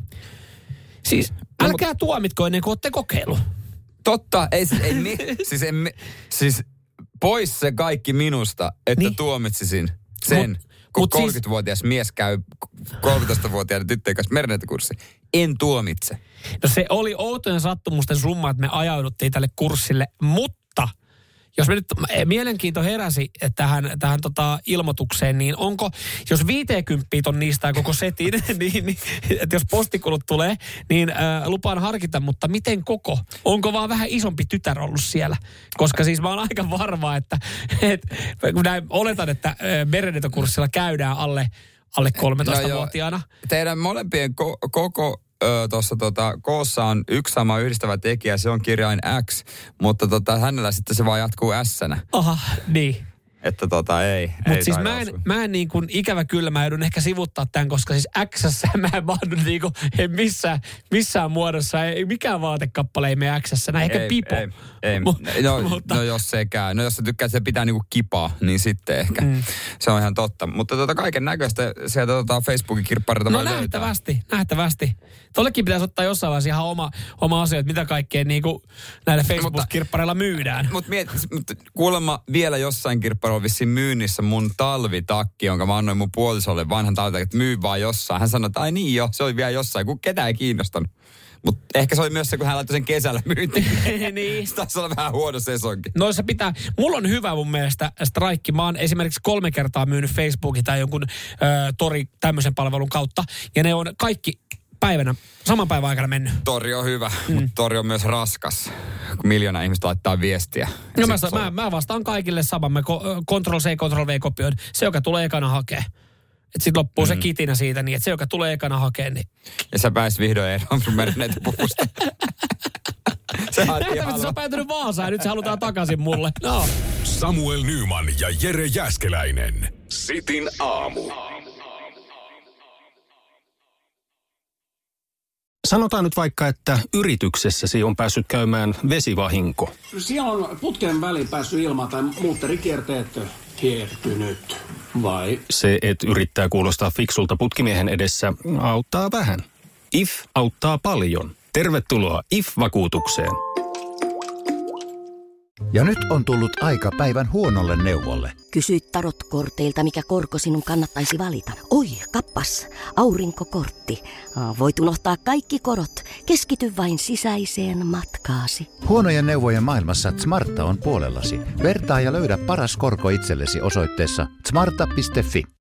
siis no, älkää mut, tuomitko ennen kuin ootte kokeilu. Totta. Ei, ei, me, siis, en, me, siis pois se kaikki minusta, että niin. tuomitsisin sen, mut, kun mut kolmekymmentävuotias siis, mies käy kolmetoistavuotiaiden tyttöjen kanssa merenneitokurssi. En tuomitse. No se oli outojen sattumusten summa, että me ajauduttiin tälle kurssille, mutta jos me nyt mielenkiinto heräsi tähän, tähän tota ilmoitukseen, niin onko, jos viisikymmentä on niistä koko setin, niin, niin että jos postikulut tulee, niin äh, lupaan harkita, mutta miten koko? Onko vaan vähän isompi tytär ollut siellä? Koska siis mä oon aika varma, että et, kun näin, oletan, että äh, merenneitokurssilla käydään alle, alle kolmetoistavuotiaana. No teidän molempien ko- koko... tuossa tota, koossa on yksi sama yhdistävä tekijä, se on kirjain X, mutta tota, hänellä sitten se vaan jatkuu S-nä. Aha, niin. Että tota ei. Mutta siis mä en, mä en niin kuin, ikävä kyllä, mä joudun ehkä sivuttaa tämän, koska siis X:ssä mä en mahdu niin kuin, en missään, missään muodossa, ei mikään vaatekappale ei mene X:ssä, näin ehkä ei, pipo. Ei, ei. No, mutta, no jos se käy, no jos sä tykkää, että se pitää niinku kipaa, niin sitten ehkä. Mm. Se on ihan totta. Mutta tota kaiken näköistä sieltä tota Facebookin kirpparilta no voi löytää. nähtävästi, nähtävästi. Tollekin pitäisi ottaa jossain vaiheessa ihan oma, oma asia, että mitä kaikkea niinku näillä Facebook-kirppareilla myydään. Mutta mut, kuulemma vielä jossain kirpparilla on vissiin myynnissä mun talvitakki, jonka mä annoin mun puolisolle vanhan talvitakki, että myy vaan jossain. Hän sanoi, että ai niin jo, se oli vielä jossain, kun ketään ei kiinnostanut. Mutta ehkä se oli myös se, kun hän laittoi sen kesällä myyntiin. Niin. Se taisi olla vähän huono sesonkin. No se pitää, mulla on hyvä mun mielestä strike. Mä oon esimerkiksi kolme kertaa myynyt Facebookin tai jonkun ö, tori tämmöisen palvelun kautta. Ja ne on kaikki päivänä, saman päivän aikana mennyt. Tori on hyvä, mm. mutta tori on myös raskas, kun miljoona ihmistä laittaa viestiä. No mä, mä, mä vastaan kaikille saman. Mä Ctrl-C, Ctrl-V kopioin. Se, joka tulee ekana hakee. Että sit loppuu mm. se kitinä siitä niin, että se, joka tulee ekana hakee, niin... Ja sä pääsit vihdoin eroon sun merenneitopuvusta. Nähtävästi sä on päätynyt Vaasaan ja nyt se halutaan takaisin mulle. No. Samuel Nyman ja Jere Jääskeläinen. Sitin aamu. Sanotaan nyt vaikka, että yrityksessäsi on päässyt käymään vesivahinko. Siellä on putken väliin päässyt ilmaan tai muutterikierteet hiertynyt, vai? Se, että yrittää kuulostaa fiksulta putkimiehen edessä, auttaa vähän. I F auttaa paljon. Tervetuloa I F-vakuutukseen. Ja nyt on tullut aika päivän huonolle neuvolle. Kysyit tarotkorteilta, mikä korko sinun kannattaisi valita. Oi, kappas, aurinkokortti. Voit unohtaa kaikki korot. Keskity vain sisäiseen matkaasi. Huonojen neuvojen maailmassa Smarta on puolellasi. Vertaa ja löydä paras korko itsellesi osoitteessa smarta piste fi.